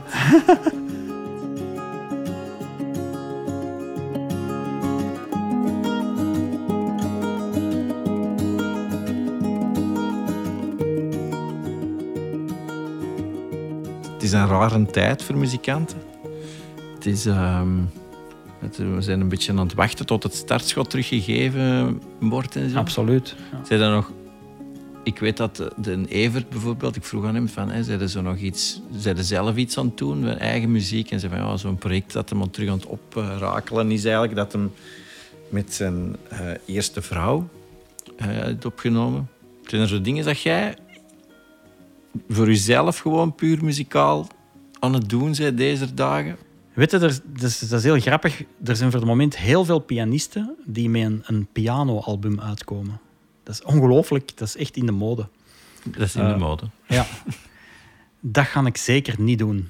Het is een rare tijd voor muzikanten. Het is, um, het, we zijn een beetje aan het wachten tot het startschot teruggegeven wordt. En zo. Absoluut. Ja. Zijn er nog, ik weet dat de Evert bijvoorbeeld, ik vroeg aan hem van, zijn er zo nog iets, zijn er zelf iets aan het doen, met eigen muziek? En zei van, ja, zo'n project dat hem al terug aan het oprakelen is eigenlijk, dat hem met zijn uh, eerste vrouw uh, heeft opgenomen. Zijn er zo dingen dat jij voor jezelf gewoon puur muzikaal aan het doen bent deze dagen? Weet je, dat is, dat is heel grappig. Er zijn voor het moment heel veel pianisten die met een, een pianoalbum uitkomen. Dat is ongelooflijk. Dat is echt in de mode. Dat is in uh, de mode. Ja. Dat ga ik zeker niet doen.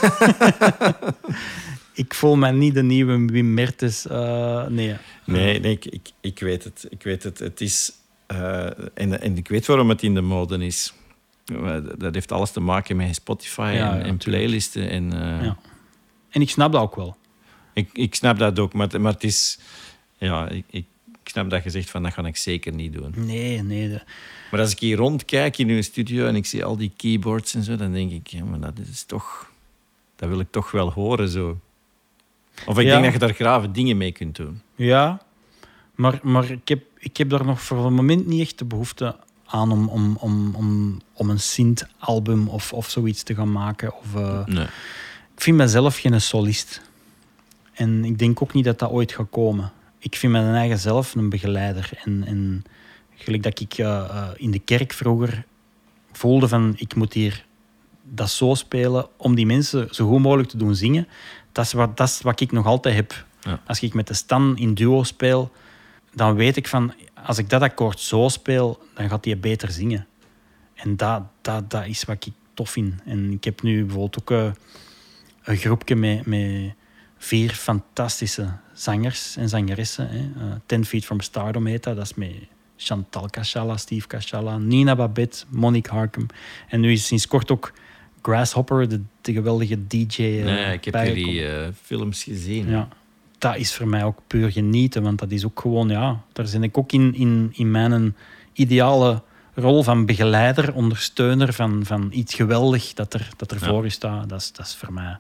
Ik voel mij niet de nieuwe Wim Mertens. Uh, nee. Nee, nee ik, ik, ik weet het. Ik weet het. Het is... Uh, en, en ik weet waarom het in de mode is. Dat heeft alles te maken met Spotify ja, en, ja, en playlisten. En, uh... ja. en ik snap dat ook wel. Ik, ik snap dat ook, maar, maar het is... Ja, ik, ik snap dat je zegt van, dat ga ik zeker niet doen. Nee, nee. De... Maar als ik hier rondkijk in uw studio en ik zie al die keyboards en zo, dan denk ik, ja, maar dat is toch... Dat wil ik toch wel horen, zo. Of ik ja. denk dat je daar grave dingen mee kunt doen. Ja, maar, maar ik, heb, ik heb daar nog voor het moment niet echt de behoefte aan om, om, om, om, om een synth-album of, of zoiets te gaan maken. Of, uh, nee. Ik vind mezelf geen solist. En ik denk ook niet dat dat ooit gaat komen. Ik vind mijn eigen zelf een begeleider. En, en gelijk dat ik uh, uh, in de kerk vroeger voelde van ik moet hier dat zo spelen om die mensen zo goed mogelijk te doen zingen. Dat is wat, dat is wat ik nog altijd heb. Ja. Als ik met de Stan in duo speel, dan weet ik van als ik dat akkoord zo speel, dan gaat hij beter zingen. En dat, dat, dat is wat ik tof vind. En ik heb nu bijvoorbeeld ook uh, een groepje met, met vier fantastische zangers en zangeressen. Hè. Uh, Ten Feet from Stardom heet dat. Dat is met Chantal Kachala, Steve Kachala, Nina Babette, Monique Harkem. En nu is sinds kort ook Grasshopper, de, de geweldige D J. Uh, nee, ik heb jullie uh, films gezien. Ja. Dat is voor mij ook puur genieten, want dat is ook gewoon, ja, daar zit ik ook in, in, in mijn ideale rol van begeleider, ondersteuner van, van iets geweldig dat er, dat er ja. voor je staat. Dat is, dat is voor mij, dat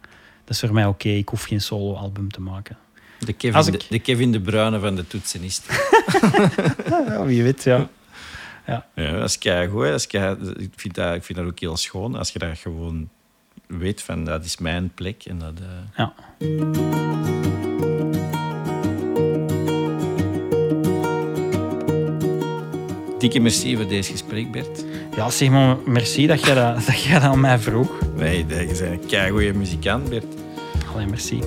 is voor mij oké. Okay. Ik hoef geen solo-album te maken. De Kevin, ik... de, de Kevin De Bruyne van de toetsenist. Ja, wie weet, ja. Ja, ja dat is keigoed. Dat is kei, ik, vind dat, ik vind dat ook heel schoon. Als je dat gewoon weet van dat is mijn plek. En dat, uh... Ja. Dikke merci voor deze gesprek, Bert. Ja, zeg maar merci dat jij dat, dat, jij dat aan mij vroeg. Nee, je bent een keigoeie muzikant, Bert. Alleen merci.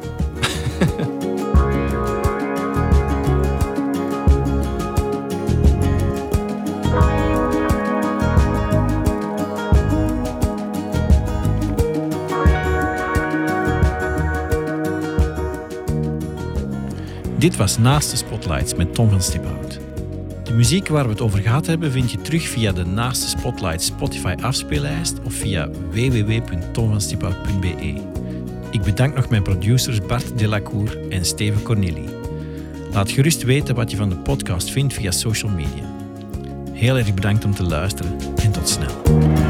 Dit was Naast de Spotlights met Tom van Stiphout. De muziek waar we het over gehad hebben vind je terug via de Naast de Spotlights Spotify afspeellijst of via w w w punt tom van stiphout punt b e. Ik bedank nog mijn producers Bart Delacour en Steven Corneli. Laat gerust weten wat je van de podcast vindt via social media. Heel erg bedankt om te luisteren en tot snel.